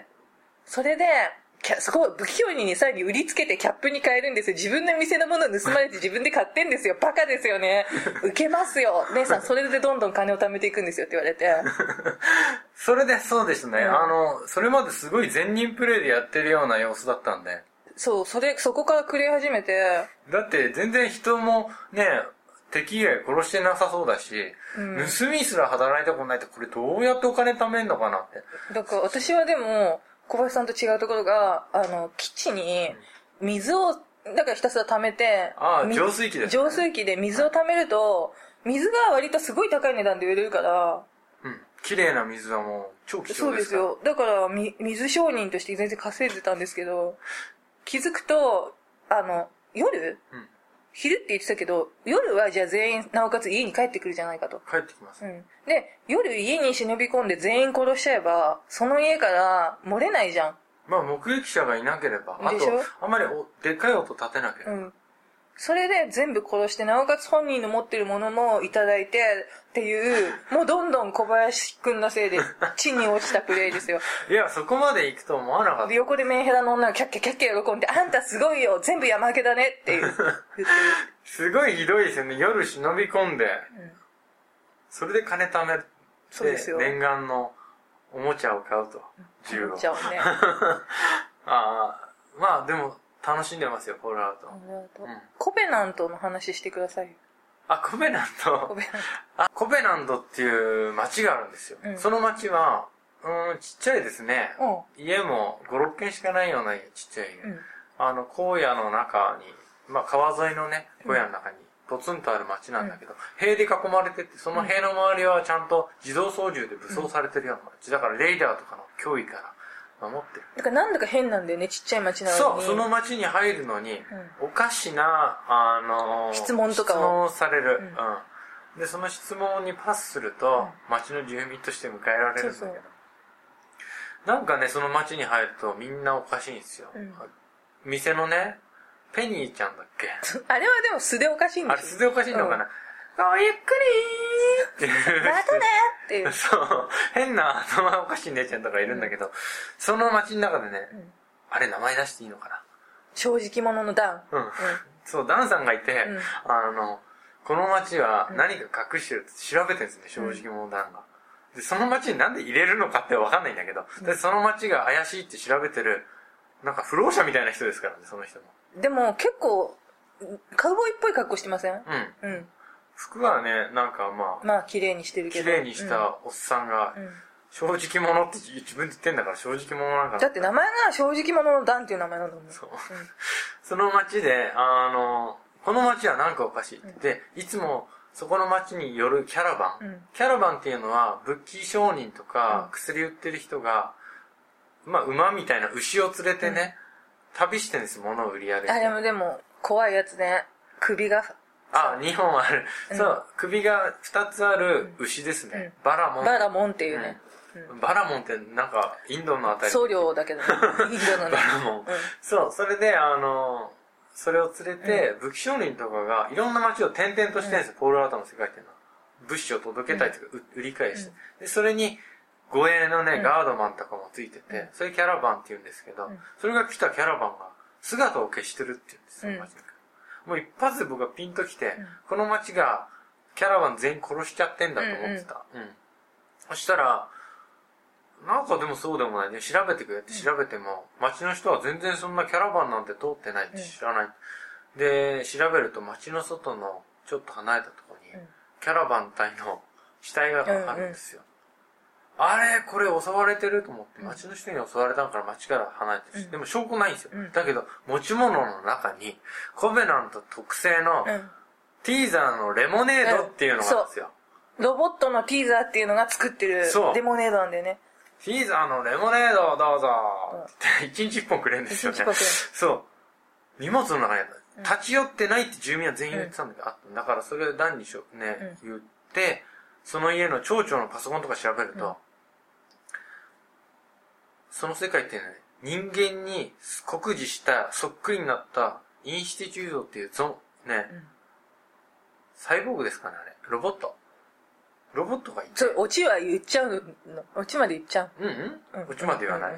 それで、そこを武器商人にさらに売りつけてキャップに変えるんですよ。自分の店のものを盗まれて自分で買ってんですよ。バカですよね。受けますよ。姉さん、それでどんどん金を貯めていくんですよって言われて。 それでそうですね。それまですごい善人プレイでやってるような様子だったんで。 そう、そこからくれ始めて。 だって全然人もね、敵以外殺してなさそうだし、盗みすら働いたことないってこれどうやってお金貯めんのかなって。 だから私はでも、小林さんと違うところが、基地に水を、だからひたすら貯めて、 浄水器です、ね。 浄水器で水を貯めると、水が割とすごい高い値段で売れるから、 綺麗な水はもう超貴重ですから。 そうですよ。だから水商人として全然稼いでたんですけど、気づくと、夜、昼って言ってたけど、夜はじゃあ全員、なおかつ家に帰ってくるじゃないかと。 帰ってきます。 で、夜家に忍び込んで全員殺しちゃえば、その家から漏れないじゃん。 まあ、目撃者がいなければ。あと、あんまりでっかい音立てなければ。 それで全部殺して、なおかつ本人の持ってるものもいただいて、っていう、もうどんどん小林くんのせいで地に落ちたプレイですよ。 いや、そこまで行くと思わなかった。 横でメンヘラの女がキャッキャキャッキャ喜んで、あんたすごいよ、全部山分けだねって言ってる。 すごいひどいですよね。夜忍び込んで、それで金貯めて、 そうですよ。 念願のおもちゃを買うと。銃を。 おもちゃをね。 まあでも楽しんでますよ、フォールアウト。 コベナントの話してくださいよ。 コベナント。コベナントっていう町があるんですよ。その町は、ちっちゃいですね。家も5、6軒しかないようなちっちゃい家。荒野の中に、川沿いのね、荒野の中にポツンとある町なんだけど、塀で囲まれてて、その塀の周りはちゃんと自動操縦で武装されてるような町。だからレイダーとかの脅威から守ってる。 だからなんだか変なんだよね、ちっちゃい町なのに。 そう、その町に入るのに、おかしな、 質問とかを。 質問をされる。で、その質問にパスすると、町の住民として迎えられるんだけど。なんかね、その町に入るとみんなおかしいんですよ。店のね、ペニーちゃんだっけあれはでも素でおかしいんでしょ。 あれ素でおかしいのかな、ごゆっくりーって。 またねっていう。 そう。変な頭おかしい姉ちゃんとかいるんだけど、その街の中でね、あれ名前出していいのかな、 正直者のダン。 そう、ダンさんがいて、この街は何か隠してるって調べてるんですね、正直者ダンが。で、その街になんで入れるのかってわかんないんだけど、で、その街が怪しいって調べてる、なんか不老者みたいな人ですからね、その人も。 でも結構、カウボーイっぽい格好してません？ 服はね、なんかまあ綺麗にしてるけど。 綺麗にしたおっさんが、正直者って自分で言ってんだから正直者なんかな。 だって名前が正直者のダンっていう名前なんだもん。 そう。その街で、この街はなんかおかしい。で、いつもそこの街に寄るキャラバン。キャラバンっていうのは、武器商人とか薬売ってる人が、馬みたいな牛を連れてね、旅してるんです、物を売り歩いて。 でも、怖いやつね。首が。 2本ある。そう、首が2つある牛ですね。バラモン。 バラモンっていうね。 バラモンってなんか、インドのあたり。 僧侶だけどね。インドのね。 バラモン。そう、それで、それを連れて、武器商人とかがいろんな街を転々としてるんですよ、ポールアウトの世界っていうのは。物資を届けたりとか、売り買いして。で、それに、護衛のね、ガードマンとかもついてて、それキャラバンって言うんですけど、それが来たキャラバンが姿を消してるって言うんですよ、街に。もう一発で僕はピンと来て、この街がキャラバン全員殺しちゃってんだと思ってた。そしたら、なんかでもそうでもないね。調べてくれって調べても、街の人は全然そんなキャラバンなんて通ってないって知らない。で、調べると街の外のちょっと離れたところに、キャラバン隊の死体があるんですよ。あれこれ襲われてると思って、街の人に襲われたから街から離れてるし、でも証拠ないんですよ。だけど、持ち物の中に、コベナント特製の、ティーザーのレモネードっていうのがあるんですよ。 ロボットのティーザーっていうのが作ってるレモネードなんだよね。 ティーザーのレモネードどうぞって一日一本くれるんですよね。そう。荷物の中に立ち寄ってないって住民は全員言ってたんだけど、だからそれを何にしようね、言って、その家の町長のパソコンとか調べると、その世界ってね、人間に酷似したそっくりになったインシティチュードっていうサイボーグですかね、あれ。ロボットがいて。 それ、オチは言っちゃうの？オチまで言っちゃう？ オチまで言わない。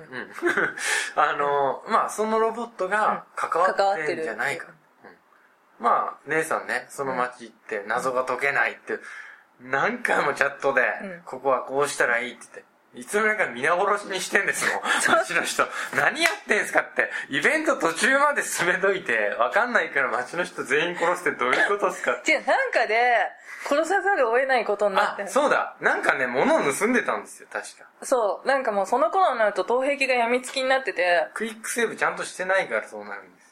そのロボットが関わってるんじゃないか。姉さんね、その街行って謎が解けないって、何回もチャットで、ここはこうしたらいいって言って、いつの間にか皆殺しにしてんですもん。街の人。何やってんすかって。イベント途中まで進めといて、わかんないから街の人全員殺してどういうことですかって。 なんかで、殺さざるを得ないことになって。 そうだ。なんかね、物を盗んでたんですよ、確か。 そう。なんかもうその頃になると東壁が病みつきになってて。 クイックセーブちゃんとしてないからそうなるんです。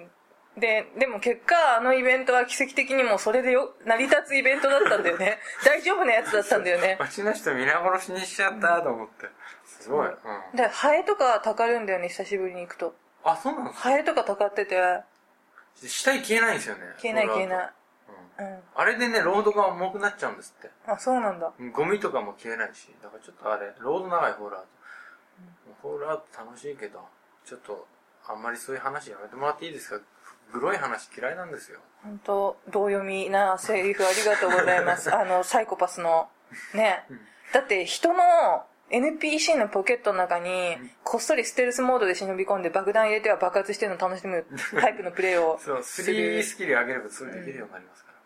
でも結果、あのイベントは奇跡的にもそれで成り立つイベントだったんだよね。大丈夫なやつだったんだよね。 街の人皆殺しにしちゃったと思って。すごい。 で、ハエとかたかるんだよね、久しぶりに行くと。 あ、そうなんですか？ ハエとかたかってて。 死体消えないんですよね。 消えない。 あれでね、ロードが重くなっちゃうんですって。 あ、そうなんだ。 ゴミとかも消えないし。だからちょっとあれ、ロード長いホールアウト。ホールアウト楽しいけど、ちょっと、あんまりそういう話やめてもらっていいですか？グロい話嫌いなんですよ。 本当同読みなセリフありがとうございます。サイコパスの。ね。だって人の NPC のポケットの中に、こっそりステルスモードで忍び込んで爆弾入れては爆発してるの楽しむタイプのプレイを。 そう、3スキル上げればそれできるようになりますから。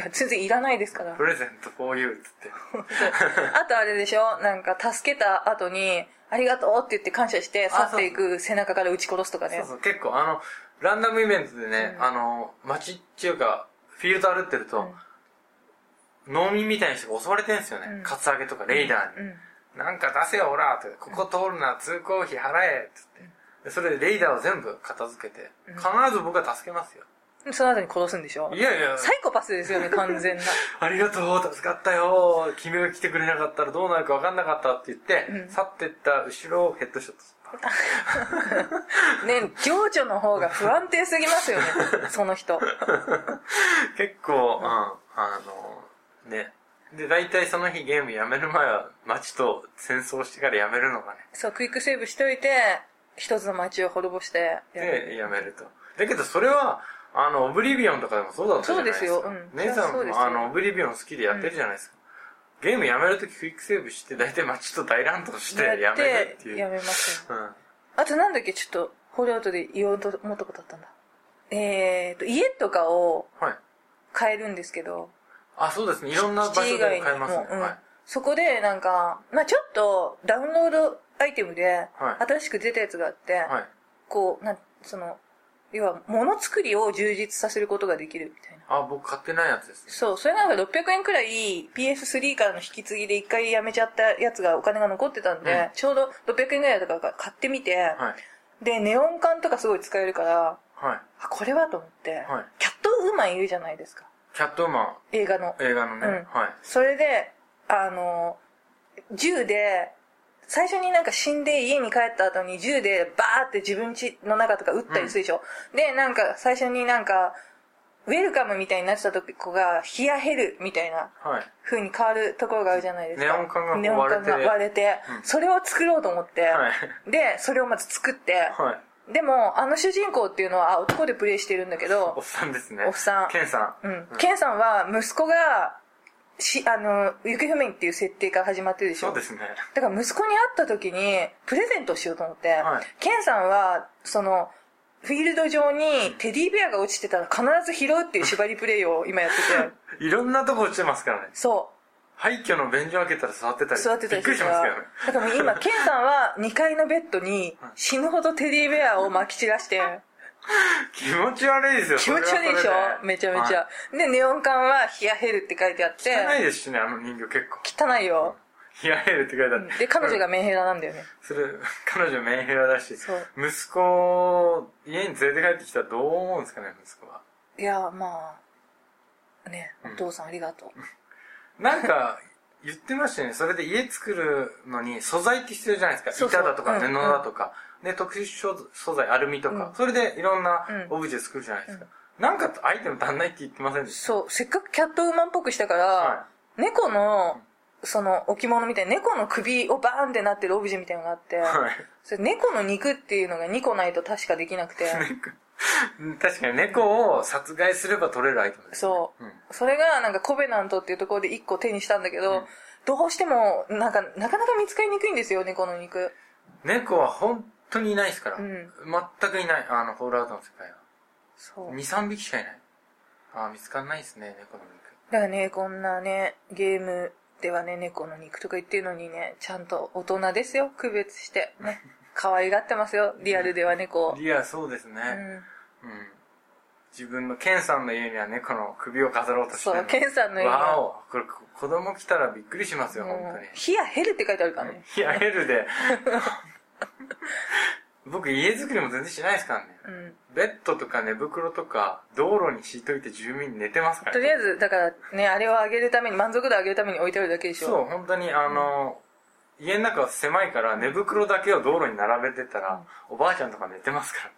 いや、全然いらないですから。 プレゼントこういうっつって。 あとあれでしょ？なんか助けた後に、ありがとうって言って感謝して去っていく背中から撃ち殺すとかね。 そう、結構ランダムイベントでね、街っていうか、フィールド歩ってると、農民みたいな人が襲われてるんですよね。カツアゲとかレイダーに。なんか出せよ、オラーって、ここ通るな、通行費払えって言って。それでレイダーを全部片付けて、必ず僕は助けますよ。 その後に殺すんでしょ？ いやいや。 サイコパスですよね、完全な。 ありがとう、助かったよ。君が来てくれなかったらどうなるか分かんなかったって言って、去ってった後ろをヘッドショット。 ね、情緒の方が不安定すぎますよね、その人。 結構、ね。で、大体その日ゲームやめる前は街と戦争してからやめるのがね。 そう、クイックセーブしといて、一つの街を滅ぼしてで、やめると。だけどそれは、オブリビオンとかでもそうだったじゃないですか。 そうですよ。うん。 姉さんもオブリビオン好きでやってるじゃないですか。ゲームやめるときクイックセーブして、大体街と大乱闘してやめるっていう。 やめますよ。うん。あとなんだっけ、ちょっと、ホールアウトで言おうと思ったことあったんだ。家とかを買えるんですけど。 あ、そうですね。いろんな場所で買えますね。はい。 そこでなんか、まあちょっとダウンロードアイテムで、新しく出たやつがあって、はい、こう、要は、ものづくりを充実させることができるみたいな。 あ、僕買ってないやつですね。 そう、それなんか600円くらい PS3 からの引き継ぎで一回やめちゃったやつがお金が残ってたんで、ちょうど600円くらいだから買ってみて、はい、で、ネオン管とかすごい使えるから、はい、これはと思って、はい、キャットウーマンいるじゃないですか。 キャットウーマン。 映画のね。 はい。 それで、銃で、最初になんか死んで家に帰った後に銃でバーって自分家の中とか撃ったりするでしょ。で、なんか最初になんか、ウェルカムみたいになってたとこが、ヒアヘルみたいな風に変わるところがあるじゃないですか。 ネオン管が割れて、それを作ろうと思って、で、それをまず作って、でも、主人公っていうのは男でプレイしてるんだけど、 おっさんですね。 おっさん。 ケンさん。うん。ケンさんは息子が、行方不明っていう設定から始まってるでしょ。 そうですね。 だから息子に会った時にプレゼントしようと思って、ケンさんはフィールド上にテディベアが落ちてたら必ず拾うっていう縛りプレイを今やってていろんなとこ落ちてますからね。 そう廃墟の便所開けたら座ってたりびっくりしますけどね。 だから今ケンさんは2階のベッドに死ぬほどテディベアを撒き散らして気持ち悪いですよ。 気持ち悪いでしょ、めちゃめちゃ、でネオン管はヒアヘルって書いてあって、 汚いですしね、人形結構汚いよ。 ヒアヘルって書いてあって、 で彼女がメンヘラなんだよね。 彼女メンヘラだし、息子家に連れて帰ってきたらどう思うんですかね、息子は。 いや、まあね、お父さんありがとう。なんか言ってましたよね。それで家作るのに素材って必要じゃないですか。板だとか布だとか、で特殊素材アルミとか、それでいろんなオブジェ作るじゃないですか。なんかアイテム足んないって言ってませんでした？ そう、せっかくキャットウーマンっぽくしたから、猫の置物みたいな、猫の首をバーンってなってるオブジェみたいなのがあって、それ猫の肉っていうのが2個ないと確かできなくて。 確かに猫を殺害すれば取れるアイテムです、ね。 そう。それがなんかコベナントっていうところで1個手にしたんだけど、どうしてもなかなか見つかりにくいんですよ、猫の肉。 猫は本当にいないですから。全くいない、ホールアウトの世界は。そう。2、3匹しかいない。見つかんないですね、猫の肉。 だからね、こんなね、ゲームではね、猫の肉とか言ってるのにね、ちゃんと大人ですよ、区別して。ね。可愛がってますよ、リアルでは猫を。 リアル、そうですね。自分のケンさんの家には猫の首を飾ろうとしてる。 そう、ケンさんの家には。 わお、これ子供来たらびっくりしますよ、本当に。 ヒアヘルって書いてあるからね。 ヒアヘルで。僕家作りも全然しないですからね。ベッドとか寝袋とか道路に敷いといて住民寝てますから。 とりあえず、だからね、あれを上げるために、満足度を上げるために置いてあるだけでしょ。 そう、本当に家の中は狭いから寝袋だけを道路に並べてたら、おばあちゃんとか寝てますから。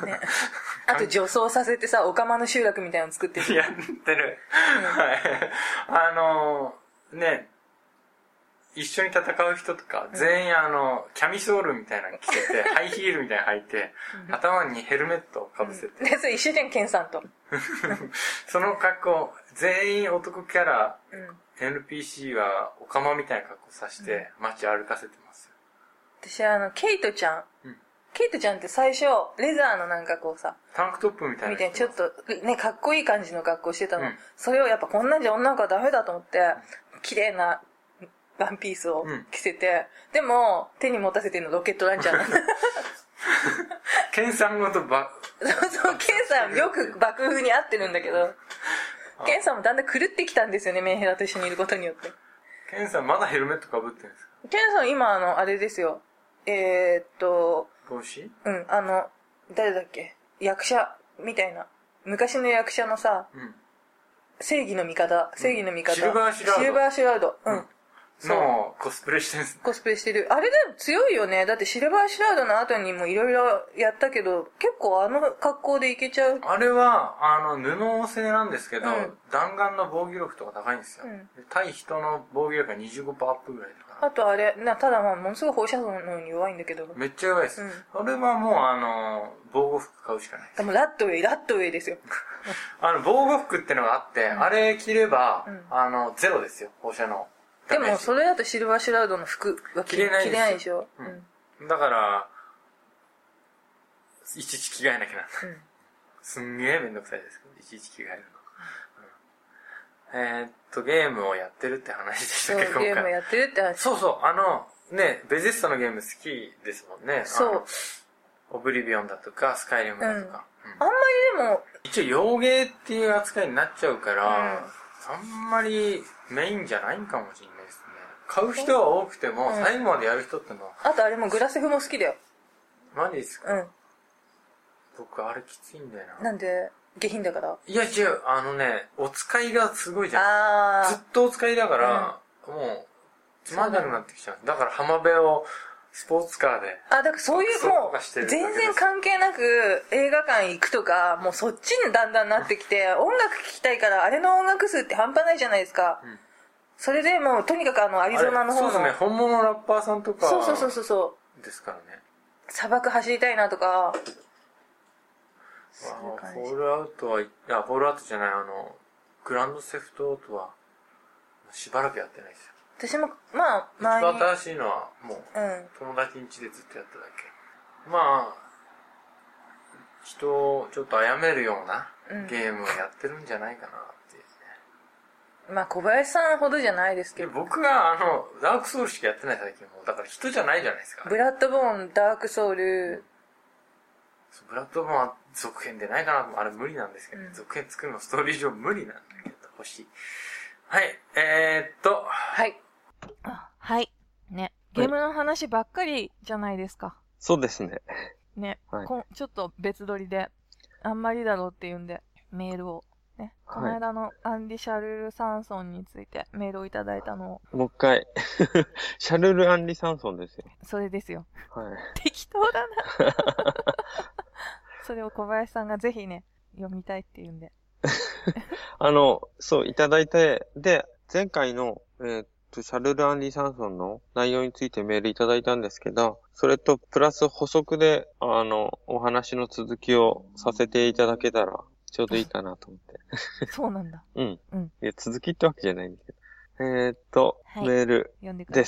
ね、あと女装させてさ、オカマの集落みたいなの作ってる。 やってる。はい。ね、一緒に戦う人とか、全員キャミソールみたいなの着てて、ハイヒールみたいなの履いて、頭にヘルメットをかぶせて。 で、それ一緒じゃん、ケンさんと。 その格好、全員男キャラ、NPC はオカマみたいな格好させて街歩かせてます。 私ケイトちゃん。ケイトちゃんって最初、レザーのなんかこうさ、 タンクトップみたいな。 ちょっとね、かっこいい感じの格好してたの。それをやっぱこんなんじゃ女の子はダメだと思って、綺麗なワンピースを着せて、でも手に持たせてるのロケットランチャーなんだ。 ケンさんごとそう、ケンさんよく爆風に合ってるんだけど、ケンさんもだんだん狂ってきたんですよね、メンヘラと一緒にいることによって。 ケンさんまだヘルメットかぶってるんですか？ ケンさん今あれですよ。 帽子？ 誰だっけ？役者みたいな。昔の役者のさ、正義の味方。 シルバーシュラウド。 のコスプレしてるんですね。 コスプレしてる。あれでも強いよね。だってシルバーシュラウドの後にもいろいろやったけど、結構あの格好でいけちゃう。 あれは、布製なんですけど、弾丸の防御力とか高いんですよ。対人の防御力が25%アップぐらいとか。 あとあれ、ただものすごい放射能のように弱いんだけど。 めっちゃ弱いです。あれはもう、防護服買うしかない。 でもラットウェイですよ。 防護服ってのがあって、あれ着れば、ゼロですよ、放射能。 でも、それだとシルバーシュラウドの服は着れないでしょ。 だから、いちいち着替えなきゃなんない。すんげえめんどくさいですけど、いちいち着替えるの。ゲームをやってるって話でしたけど、 そう、ゲームやってるって話。 そうそう、ベゼスタのゲーム好きですもんね。 そう。 オブリビオンだとか、スカイリムだとか。 あんまりでも、 一応、洋芸っていう扱いになっちゃうから、あんまりメインじゃないんかもしれないですね。買う人は多くても、最後までやる人ってのは。 あとあれもグラセフも好きだよ。 マジですか？僕、あれきついんだよな。 なんで、下品だから？ いや違う、お使いがすごいじゃん。ずっとお使いだから、もう、つまんなくなってきちゃう。だから浜辺をスポーツカーで。 だからそういうもう、全然関係なく映画館行くとか、もうそっちにだんだんなってきて、音楽聴きたいから、あれの音楽数って半端ないじゃないですか。それでもう、とにかくアリゾナの方の。 そうですね、本物のラッパーさんとか。 そう。 ですからね。 砂漠走りたいなとか。 フォールアウトは、フォールアウトじゃない、グランドセフトオートは、しばらくやってないですよ。 私も、前に。一番新しいのは、もう、友達ん家でずっとやっただけ。人をちょっと殺めるようなゲームをやってるんじゃないかなっていうね。 小林さんほどじゃないですけど。 僕が、ダークソウルしかやってない最近も。だから人じゃないじゃないですか。 ブラッドボーン、ダークソウル、 ブラッドボーンは続編でないかなと。あれ無理なんですけど、続編作るのストーリー上無理なんだけど、欲しい。はい、 はい。はい。ね。ゲームの話ばっかりじゃないですか。 そうですね。 ね。ちょっと別撮りで、あんまりだろうって言うんで、メールを。ね。この間のアンディ・シャルル・サンソンについてメールをいただいたのを。 もう一回。シャルル・アンディ・サンソンですよ。 それですよ。 はい。 適当だな。それを小林さんがぜひね、読みたいって言うんで。 そう、いただいて、で、前回の、シャルル・アンディ・サンソンの内容についてメールいただいたんですけど、それとプラス補足で、お話の続きをさせていただけたら、ちょうどいいかなと思って。 そうなんだ。 いや、続きってわけじゃないんだけど。メールです。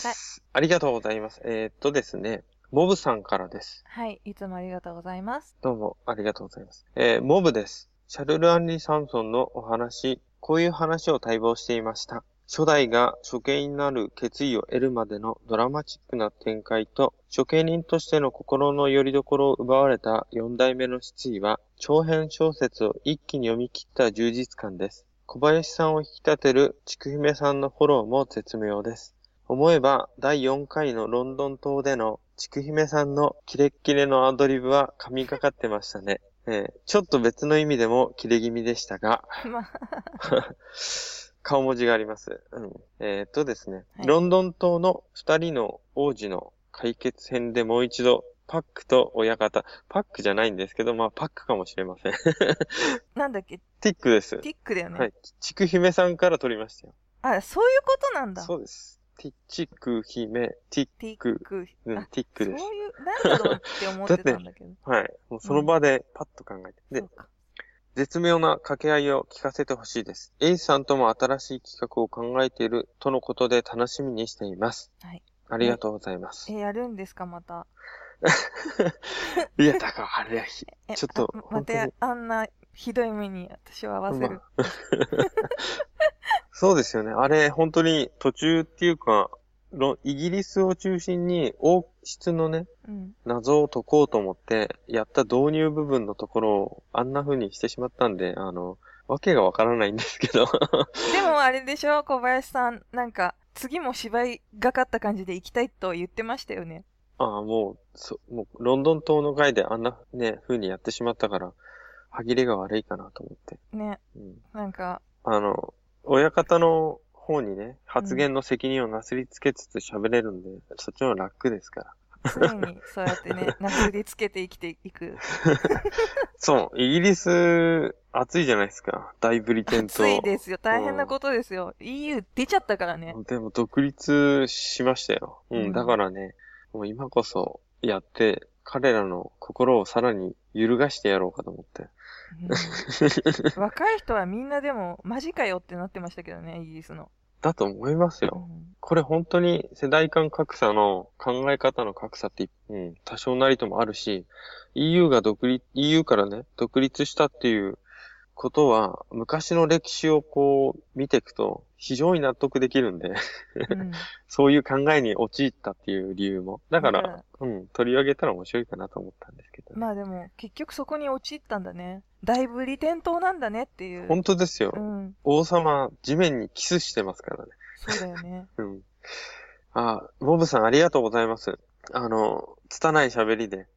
ありがとうございます。ですね、モブさんからです。 はい、いつもありがとうございます。 どうもありがとうございます。モブです。シャルル・アンディ・サンソンのお話、こういう話を待望していました。初代が処刑になる決意を得るまでのドラマチックな展開と、処刑人としての心の拠り所を奪われた4代目の失意は、長編小説を一気に読み切った充実感です。小林さんを引き立てるちくひめさんのフォローも絶妙です。思えば第4回のロンドン島でのちくひめさんのキレッキレのアドリブは神がかってましたね。ちょっと別の意味でもキレ気味でしたが、顔文字があります。ですね、ロンドン島の2人の王子の解決編でもう一度、パックと親方。パックじゃないんですけど、パックかもしれません。 なんだっけ？ ティックです。 ティックだよね。 はい。ちくひめさんから取りましたよ。 あ、そういうことなんだ。 そうです。ちくひめ、ティック。ティックです。 そういう、なんだろうって思ってたんだけど。 はい。もうその場でパッと考えて。で、絶妙な掛け合いを聞かせてほしいです。エイスさんとも新しい企画を考えているとのことで楽しみにしています。はい。ありがとうございます。 やるんですか、また。 いや、だからあれはちょっと。 またあんなひどい目に私を合わせる。 そうですよね。あれ、本当に途中っていうか、イギリスを中心に王室のね、謎を解こうと思って、やった導入部分のところをあんな風にしてしまったんで、わけがわからないんですけど。 でもあれでしょ、小林さん、なんか、次も芝居がかった感じで行きたいと言ってましたよね。 もう、ロンドン島の回であんなね、風にやってしまったから、歯切れが悪いかなと思って。 ね。なんか。 親方の方にね、発言の責任をなすりつけつつ喋れるんで、そっちの方が楽ですから。 常にそうやってね、なすりつけて生きていく。 そう、イギリス、暑いじゃないですか。大ブリテンと。 暑いですよ。大変なことですよ。EU 出ちゃったからね。 でも独立しましたよ。だからね、もう今こそやって、彼らの心をさらに揺るがしてやろうかと思って。 若い人はみんなでも、マジかよってなってましたけどね、イギリスの。 だと思いますよ。これ本当に世代間格差の考え方の格差って、多少なりともあるし、EU からね、独立したっていうことは、昔の歴史をこう見ていくと非常に納得できるんで、そういう考えに陥ったっていう理由も。だから、取り上げたら面白いかなと思ったんですけど、 まあでも、結局そこに陥ったんだね。だいぶ利点灯なんだねっていう。 本当ですよ。王様、地面にキスしてますからね。 そうだよね。 モブさんありがとうございます。拙い喋りで。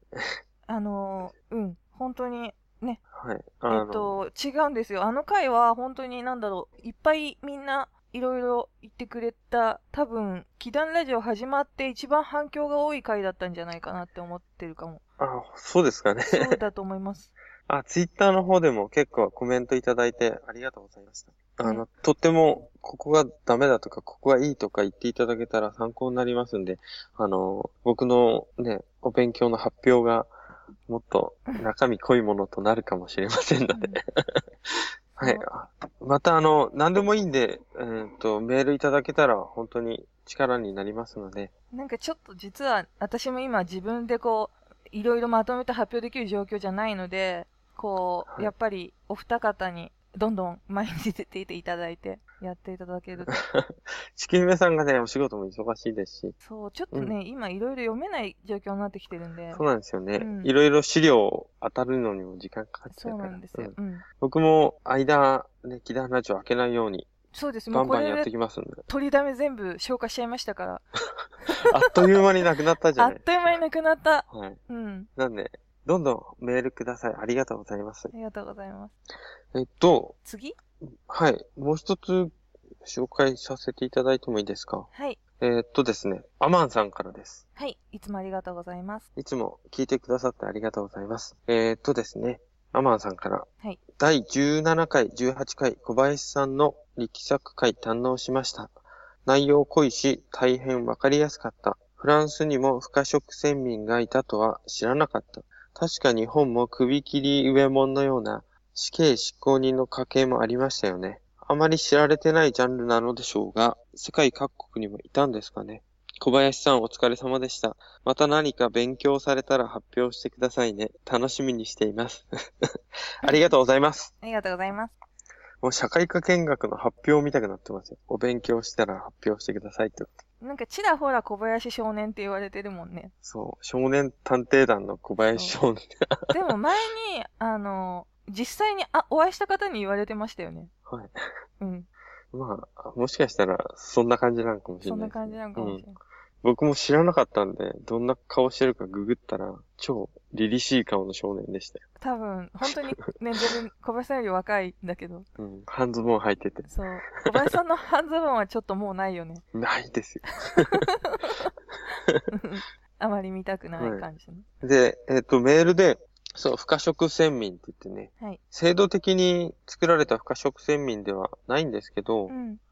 本当に、ね。 はい。 違うんですよ。あの回は本当にいっぱいみんないろいろ言ってくれた、多分、祈願ラジオ始まって一番反響が多い回だったんじゃないかなって思ってるかも。 そうですかね。 そうだと思います。 ツイッターの方でも結構コメントいただいてありがとうございました。とっても、ここがダメだとか、ここがいいとか言っていただけたら参考になりますんで、僕のね、お勉強の発表がもっと中身濃いものとなるかもしれませんので。はい。また何でもいいんで、メールいただけたら本当に力になりますので。 なんかちょっと実は私も今自分でいろいろまとめて発表できる状況じゃないので、やっぱりお二方にどんどん前に出ていただいてやっていただけると。 ちきひめさんがね、お仕事も忙しいですし。 そう、ちょっとね、今いろいろ読めない状況になってきてるんで。 そうなんですよね。いろいろ資料当たるのにも時間かかっちゃうから。 そうなんですよ。 僕も間、ね、祈願ラジオ開けないように。 そうです、 バンバンやってきますんで。 取りだめ全部消化しちゃいましたから。 あっという間になくなったじゃないですか。あっという間になくなった。 はい。なんで、どんどんメールください。ありがとうございます。 ありがとうございます。 次はい。もう一つ紹介させていただいてもいいですか？ はい。 ですね、アマンさんからです。 はい。いつもありがとうございます。 いつも聞いてくださってありがとうございます。ですね、アマンさんから、 はい。 第17回、18回、小林さんの力作回堪能しました。内容濃いし、大変わかりやすかった。フランスにも不可食先民がいたとは知らなかった。確か日本も首切り上門のような死刑執行人の家系もありましたよね。あまり知られてないジャンルなのでしょうが、世界各国にもいたんですかね。小林さんお疲れ様でした。また何か勉強されたら発表してくださいね。楽しみにしています。ありがとうございます。 ありがとうございます。 もう社会科見学の発表を見たくなってますよ。お勉強したら発表してくださいって。 なんかちらほら小林少年って言われてるもんね。 そう。少年探偵団の小林少年。 でも前に、実際にお会いした方に言われてましたよね。 はい。 うん。 まあ、もしかしたらそんな感じなのかもしれない、 そんな感じなのかもしれない。 僕も知らなかったんで、どんな顔してるかググったら、超凛々しい顔の少年でしたよ。 多分、本当にね、全然小林さんより若いんだけど。 半ズボン履いてて。 そう。小林さんの半ズボンはちょっともうないよね。 ないですよ。 あまり見たくない感じね。 で、メールで、そう、不可食先民って言ってね、 はい、 制度的に作られた不可食先民ではないんですけど、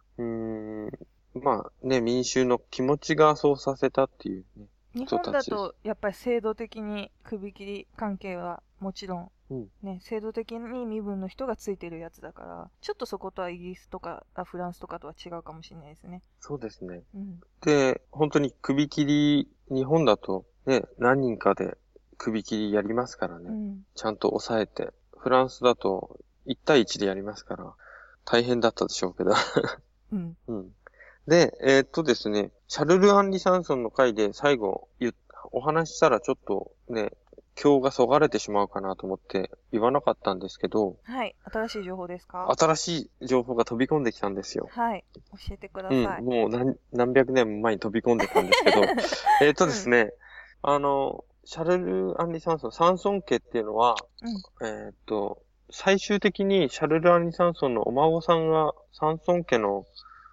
まあね、民衆の気持ちがそうさせたっていうね。 日本だとやっぱり制度的に首切り関係はもちろん、ね、制度的に身分の人がついてるやつだから、ちょっとそことはイギリスとかフランスとかとは違うかもしれないですね。 そうですね。で、本当に首切り、日本だとね、何人かで首切りやりますからね。ちゃんと抑えて。フランスだと1対1でやりますから、大変だったでしょうけど。で、ですね、シャルル・アンリ・サンソンの回で最後お話ししたらちょっとね、今日がそがれてしまうかなと思って言わなかったんですけど。 はい。新しい情報ですか？ 新しい情報が飛び込んできたんですよ。 はい。教えてください。 もう何百年も前に飛び込んでたんですけど。ですね、シャルル・アンリ・サンソン、サンソン家っていうのは、最終的にシャルル・アンリ・サンソンのお孫さんがサンソン家の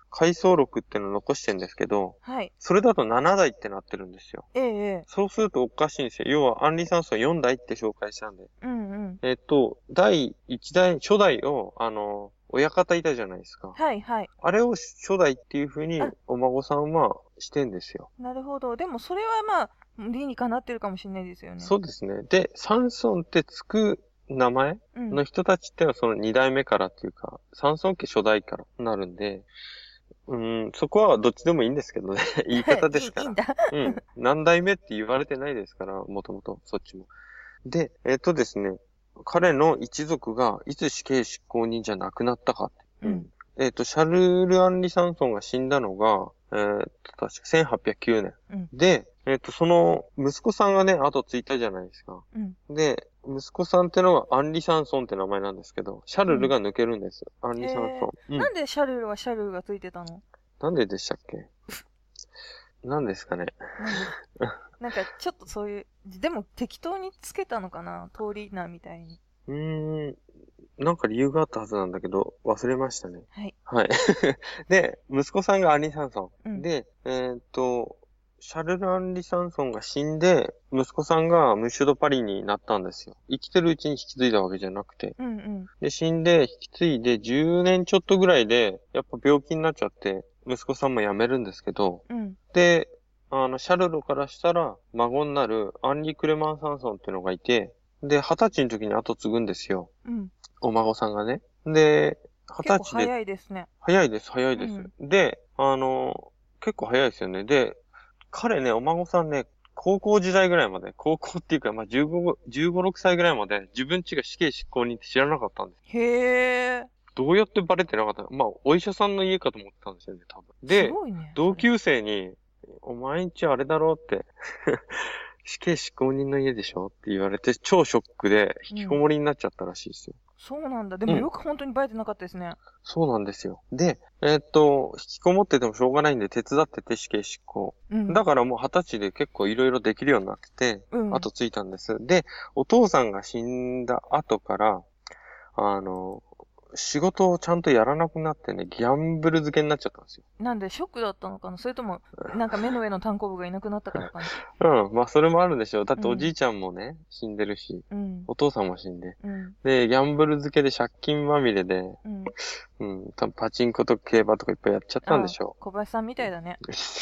回想録っていうのを残してるんですけど、 はい。 それだと7代ってなってるんですよ。 ええ。 そうするとおかしいんですよ。要は、アンリ山荘4代って紹介したんで。 うんうん。 第1代、初代を、親方いたじゃないですか。 はいはい。 あれを初代っていう風にお孫さんはしてんですよ。 なるほど。でもそれはまあ、理にかなってるかもしれないですよね。 そうですね。で、サンソンってつく名前の人たちってのはその2代目からっていうか、サンソン家初代からなるんで、そこはどっちでもいいんですけどね。言い方ですから。 いいんだ。 何代目って言われてないですから、もともと、そっちも。で、ですね、彼の一族がいつ死刑執行人じゃなくなったかって。シャルル・アンリ・サンソンが死んだのが、確か1809年。で、その息子さんがね、後ついたじゃないですか。で、息子さんってのはアンリ・サンソンって名前なんですけど、シャルルが抜けるんです。アンリ・サンソン。 なんでシャルルはシャルルがついてたの？ なんででしたっけ？なんですかね。 なんかちょっとそういう、でも適当につけたのかな？通り名みたいに。 なんか理由があったはずなんだけど、忘れましたね。 はい。 はい。で、息子さんがアンリ・サンソン。で、シャルル・アンリ・サンソンが死んで、息子さんがムッシュド・パリになったんですよ。生きてるうちに引き継いだわけじゃなくて。で、死んで、引き継いで10年ちょっとぐらいで、やっぱ病気になっちゃって、息子さんも辞めるんですけど、で、シャルルからしたら、孫になるアンリ・クレマン・サンソンっていうのがいて、で、20歳の時に後継ぐんですよ。お孫さんがね。で、20歳で。 早いですね。 早いです、早いです。で、結構早いですよね。で、彼ね、お孫さんね、高校時代ぐらいまで、高校っていうか、まあ、15、6歳ぐらいまで自分家が死刑執行人って知らなかったんです。 へー。 どうやってバレてなかったの？まあ、お医者さんの家かと思ってたんですよね、多分。で、同級生に、お前んちあれだろうって、死刑執行人の家でしょって言われて、超ショックで引きこもりになっちゃったらしいですよ。 そうなんだ。でもよく本当にバレてなかったですね。 そうなんですよ。で、引きこもっててもしょうがないんで手伝ってて死刑執行。だからもう20歳で結構いろいろできるようになってて、後ついたんです。で、お父さんが死んだ後から、仕事をちゃんとやらなくなってね、ギャンブル漬けになっちゃったんですよ。 なんでショックだったのかな？それとも、なんか目の上の単行部がいなくなったからかな？ まあそれもあるでしょう。だっておじいちゃんもね、死んでるし、お父さんも死んで。で、ギャンブル漬けで借金まみれで、パチンコと競馬とかいっぱいやっちゃったんでしょう。 小林さんみたいだね。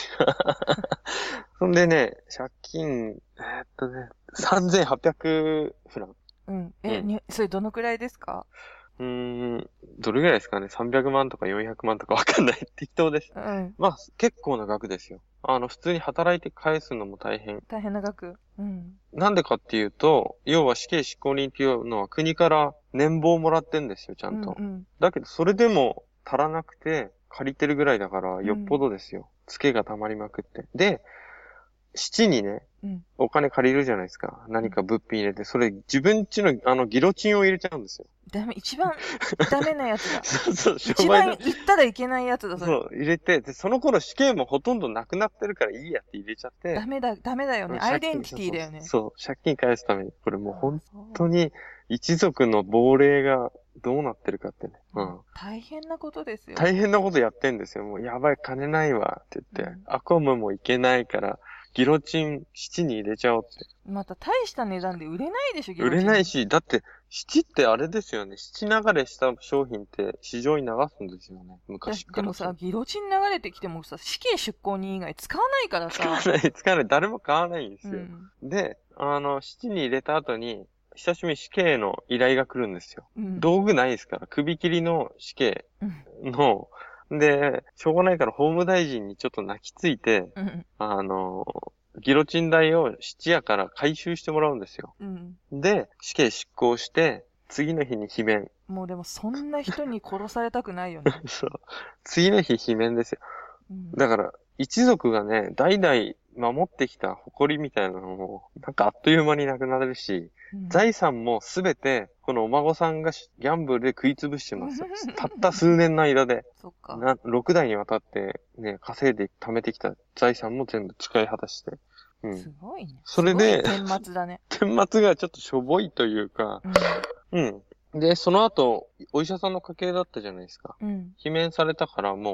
そんでね、借金、3800フラン。 それどのくらいですか？ どれぐらいですかね ?300 万とか400万とかわかんない。適当です。まあ、結構な額ですよ。普通に働いて返すのも大変。 大変な額。 なんでかっていうと、要は死刑執行人っていうのは国から年俸もらってんですよ、ちゃんと。だけど、それでも足らなくて借りてるぐらいだから、よっぽどですよ。ツケが溜まりまくって。で、七にね、お金借りるじゃないですか。何か物品入れて、それ自分家のギロチンを入れちゃうんですよ。 一番ダメなやつだ。 そう、 一番言ったらいけないやつだ、それ。 そう、入れて、で、その頃死刑もほとんどなくなってるからいいやって入れちゃって。 ダメだよね。アイデンティティだよね。 そう、借金返すために。これもう本当に一族の亡霊がどうなってるかってね。 大変なことですよ。 大変なことやってんですよ。もうやばい、金ないわって言って。アコムもいけないから、ギロチン七に入れちゃおうって。 また大した値段で売れないでしょ、 ギロチン。売れないし、だって七ってあれですよね。七流れした商品って市場に流すんですよね。昔から。 でもさ、ギロチン流れてきてもさ、死刑出向人以外使わないからさ。 使わない。誰も買わないんですよ。で、七に入れた後に、久しぶりに死刑の依頼が来るんですよ。道具ないですから、首切りの死刑の、で、しょうがないから法務大臣にちょっと泣きついて、ギロチン代を質屋から回収してもらうんですよ。で、死刑執行して、次の日に罷免。 もうでもそんな人に殺されたくないよね。 そう。次の日罷免ですよ。だから、一族がね、代々守ってきた誇りみたいなのも、なんかあっという間になくなるし、財産もすべて、このお孫さんがギャンブルで食いつぶしてます。たった数年の間で。 そっか。 6代にわたってね、稼いで貯めてきた財産も全部使い果たして。 すごいね。 それで、 顛末だね。 顛末がちょっとしょぼいというか、で、その後、お医者さんの家系だったじゃないですか。罷免されたからもう、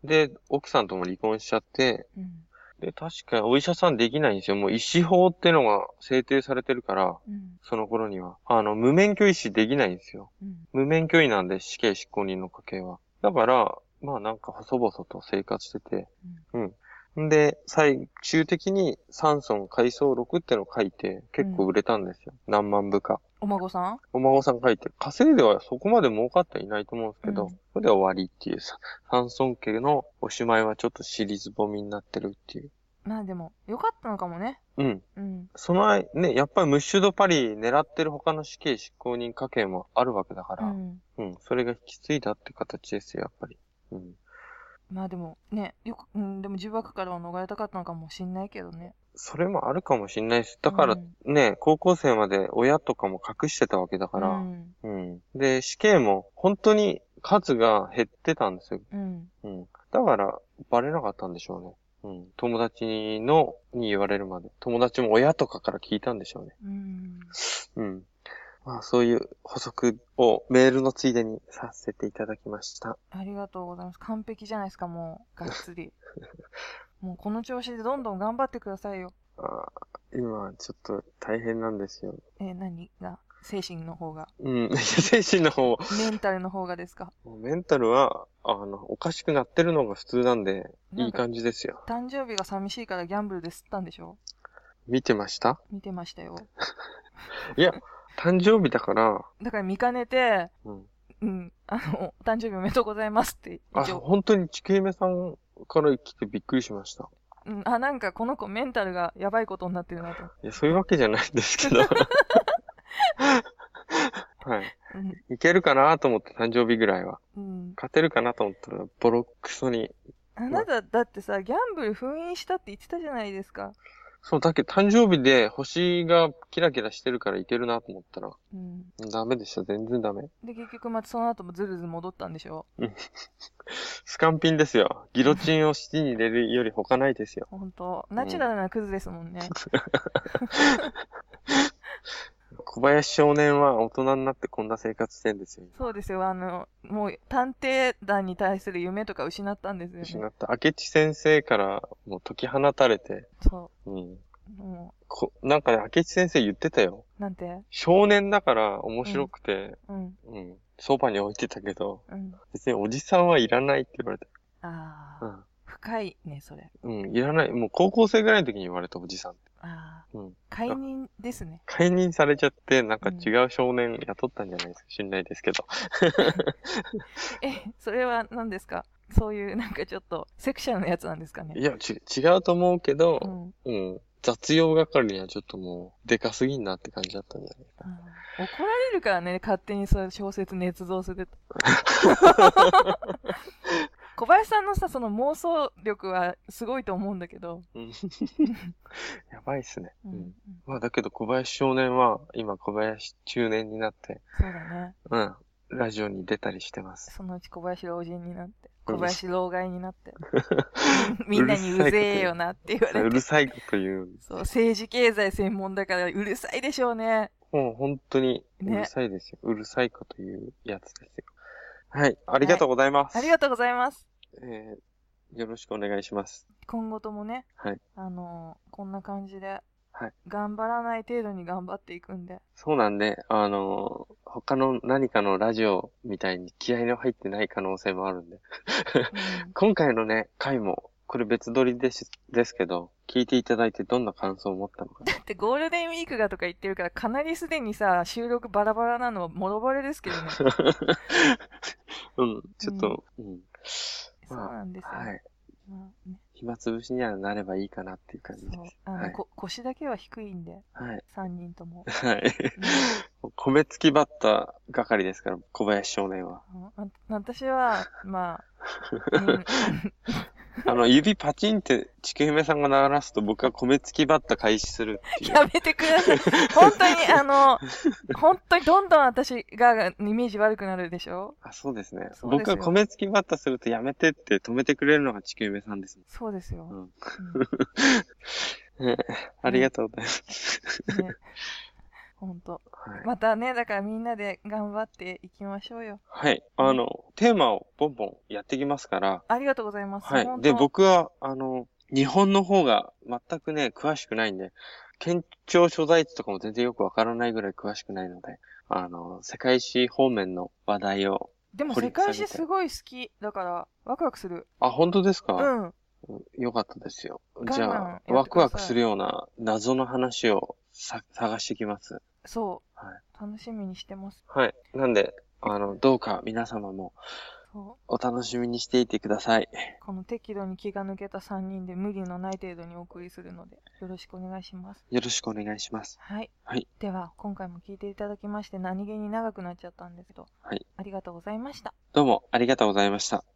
で、奥さんとも離婚しちゃって、 うん。 で、確かお医者さんできないんですよ。もう医師法ってのが制定されてるから、 うん。 その頃には。無免許医師できないんですよ。 うん。 無免許医なんで死刑執行人の家系は。だから、まあなんか細々と生活してて、んで、最終的に山村回想録ってのを書いて結構売れたんですよ。何万部か。 お孫さん？ お孫さん書いて、稼いではそこまで儲かってはいないと思うんですけど、 うんそれで終わりっていうさ、山村家のおしまいはちょっとシリーズぼみになってるっていう。 まあでも、よかったのかもね。 うん。 うん。 そのね、やっぱりムッシュドパリ狙ってる他の死刑執行人家系もあるわけだから、 うん。 それが引き継いだって形ですよ、やっぱり。うん。 まあでも、ね、よく、でも呪縛からは逃れたかったのかもしんないけどね。 それもあるかもしんないです。だからね、高校生まで親とかも隠してたわけだから、で、死刑も本当に数が減ってたんですよ。だからバレなかったんでしょうね。友達に言われるまで。友達も親とかから聞いたんでしょうね。まあそういう補足をメールのついでにさせていただきました。 ありがとうございます。完璧じゃないですか、もう、がっつり。もうこの調子でどんどん頑張ってくださいよ。 今ちょっと大変なんですよ。 何が？精神の方が。 精神の方。 メンタルの方がですか？ メンタルは、おかしくなってるのが普通なんで、いい感じですよ。 誕生日が寂しいからギャンブルで吸ったんでしょ？ 見てました？ 見てましたよ。 いや、誕生日だから。 だから見かねて、お誕生日おめでとうございますって。 本当にちくゆめさんから来てびっくりしました。 なんかこの子メンタルがやばいことになってるなと。 いや、そういうわけじゃないんですけど。はい。いけるかなと思って誕生日ぐらいは。勝てるかなと思ったらボロクソに。 あなただってさ、ギャンブル封印したって言ってたじゃないですか。 そう、だけど誕生日で星がキラキラしてるからいけるなと思ったら、ダメでした。全然ダメ。 で、結局またその後もずるずる戻ったんでしょ？ スカンピンですよ。ギロチンを七に入れるより他ないですよ。 ほんと、ナチュラルなクズですもんね。 小林少年は大人になってこんな生活してんですよ。 そうですよ。もう探偵団に対する夢とか失ったんですよね。 失った。明智先生からもう解き放たれて。 そう。 なんかね、明智先生言ってたよ。 なんて？ 少年だから面白くて、そばに置いてたけど、別におじさんはいらないって言われた。 深いね、それ。 いらない。もう高校生ぐらいの時に言われたおじさんって。 解任ですね。 解任されちゃって、なんか違う少年雇ったんじゃないですか。知んないですけど。 それは何ですか？そういうなんかちょっとセクシャルなやつなんですかね。 いや、違うと思うけど、雑用係にはちょっともう、でかすぎんなって感じだったんじゃないですか。 怒られるからね、勝手にそういう小説捏造すると。小林さんのさ、その妄想力はすごいと思うんだけど。 やばいっすね。まあだけど小林少年は、今小林中年になって。 そうだね。 ラジオに出たりしてます。 そのうち小林老人になって。小林老害になって。みんなにうぜえよなって言われて。 うるさいこと言う。 そう、政治経済専門だからうるさいでしょうね。 もう本当にうるさいですよ。うるさいこと言うやつですよ。はい、ありがとうございます。 ありがとうございます。 よろしくお願いします。 今後ともね、こんな感じで、頑張らない程度に頑張っていくんで。 そうなんで、他の何かのラジオみたいに気合の入ってない可能性もあるんで。今回のね、回も、これ別撮りですけど、聞いていただいてどんな感想を持ったのかな。 だってゴールデンウィークがとか言ってるから、かなりすでにさ、収録バラバラなのはもろバレですけどね。 ちょっと、 そうなんですよ。はい。 暇つぶしにはなればいいかなっていう感じです。 腰だけは低いんで。3人とも。 米付きバッター係ですから、小林少年は。 私は、まあ、指パチンってちくひめさんが鳴らすと僕は米付きバッター開始するっていう。 やめてください。本当に本当にどんどん私がイメージ悪くなるでしょ？ そうですね。僕は米付きバッターするとやめてって止めてくれるのがちくひめさんです。 そうですよ。 ありがとうございます。 ほんと。 はい。 またね、だからみんなで頑張っていきましょうよ。 はい。テーマをボンボンやってきますから。 ありがとうございます。 はい。で、僕は、日本の方が全くね、詳しくないんで、県庁所在地とかも全然よくわからないぐらい詳しくないので、世界史方面の話題をでも世界史すごい好き。だから、ワクワクする。 あ、本当ですか？ うん。 よかったですよ。 ガンガンじゃあ、 やってください。 ワクワクするような謎の話を探してきます。 そう。 はい。 楽しみにしてます。 はい。なんで、どうか皆様も、お楽しみにしていてください。 この適度に気が抜けた3人で無理のない程度にお送りするので、よろしくお願いします。 よろしくお願いします。 はい。 はい。 では、今回も聞いていただきまして何気に長くなっちゃったんですけど、 はい。 ありがとうございました。 どうもありがとうございました。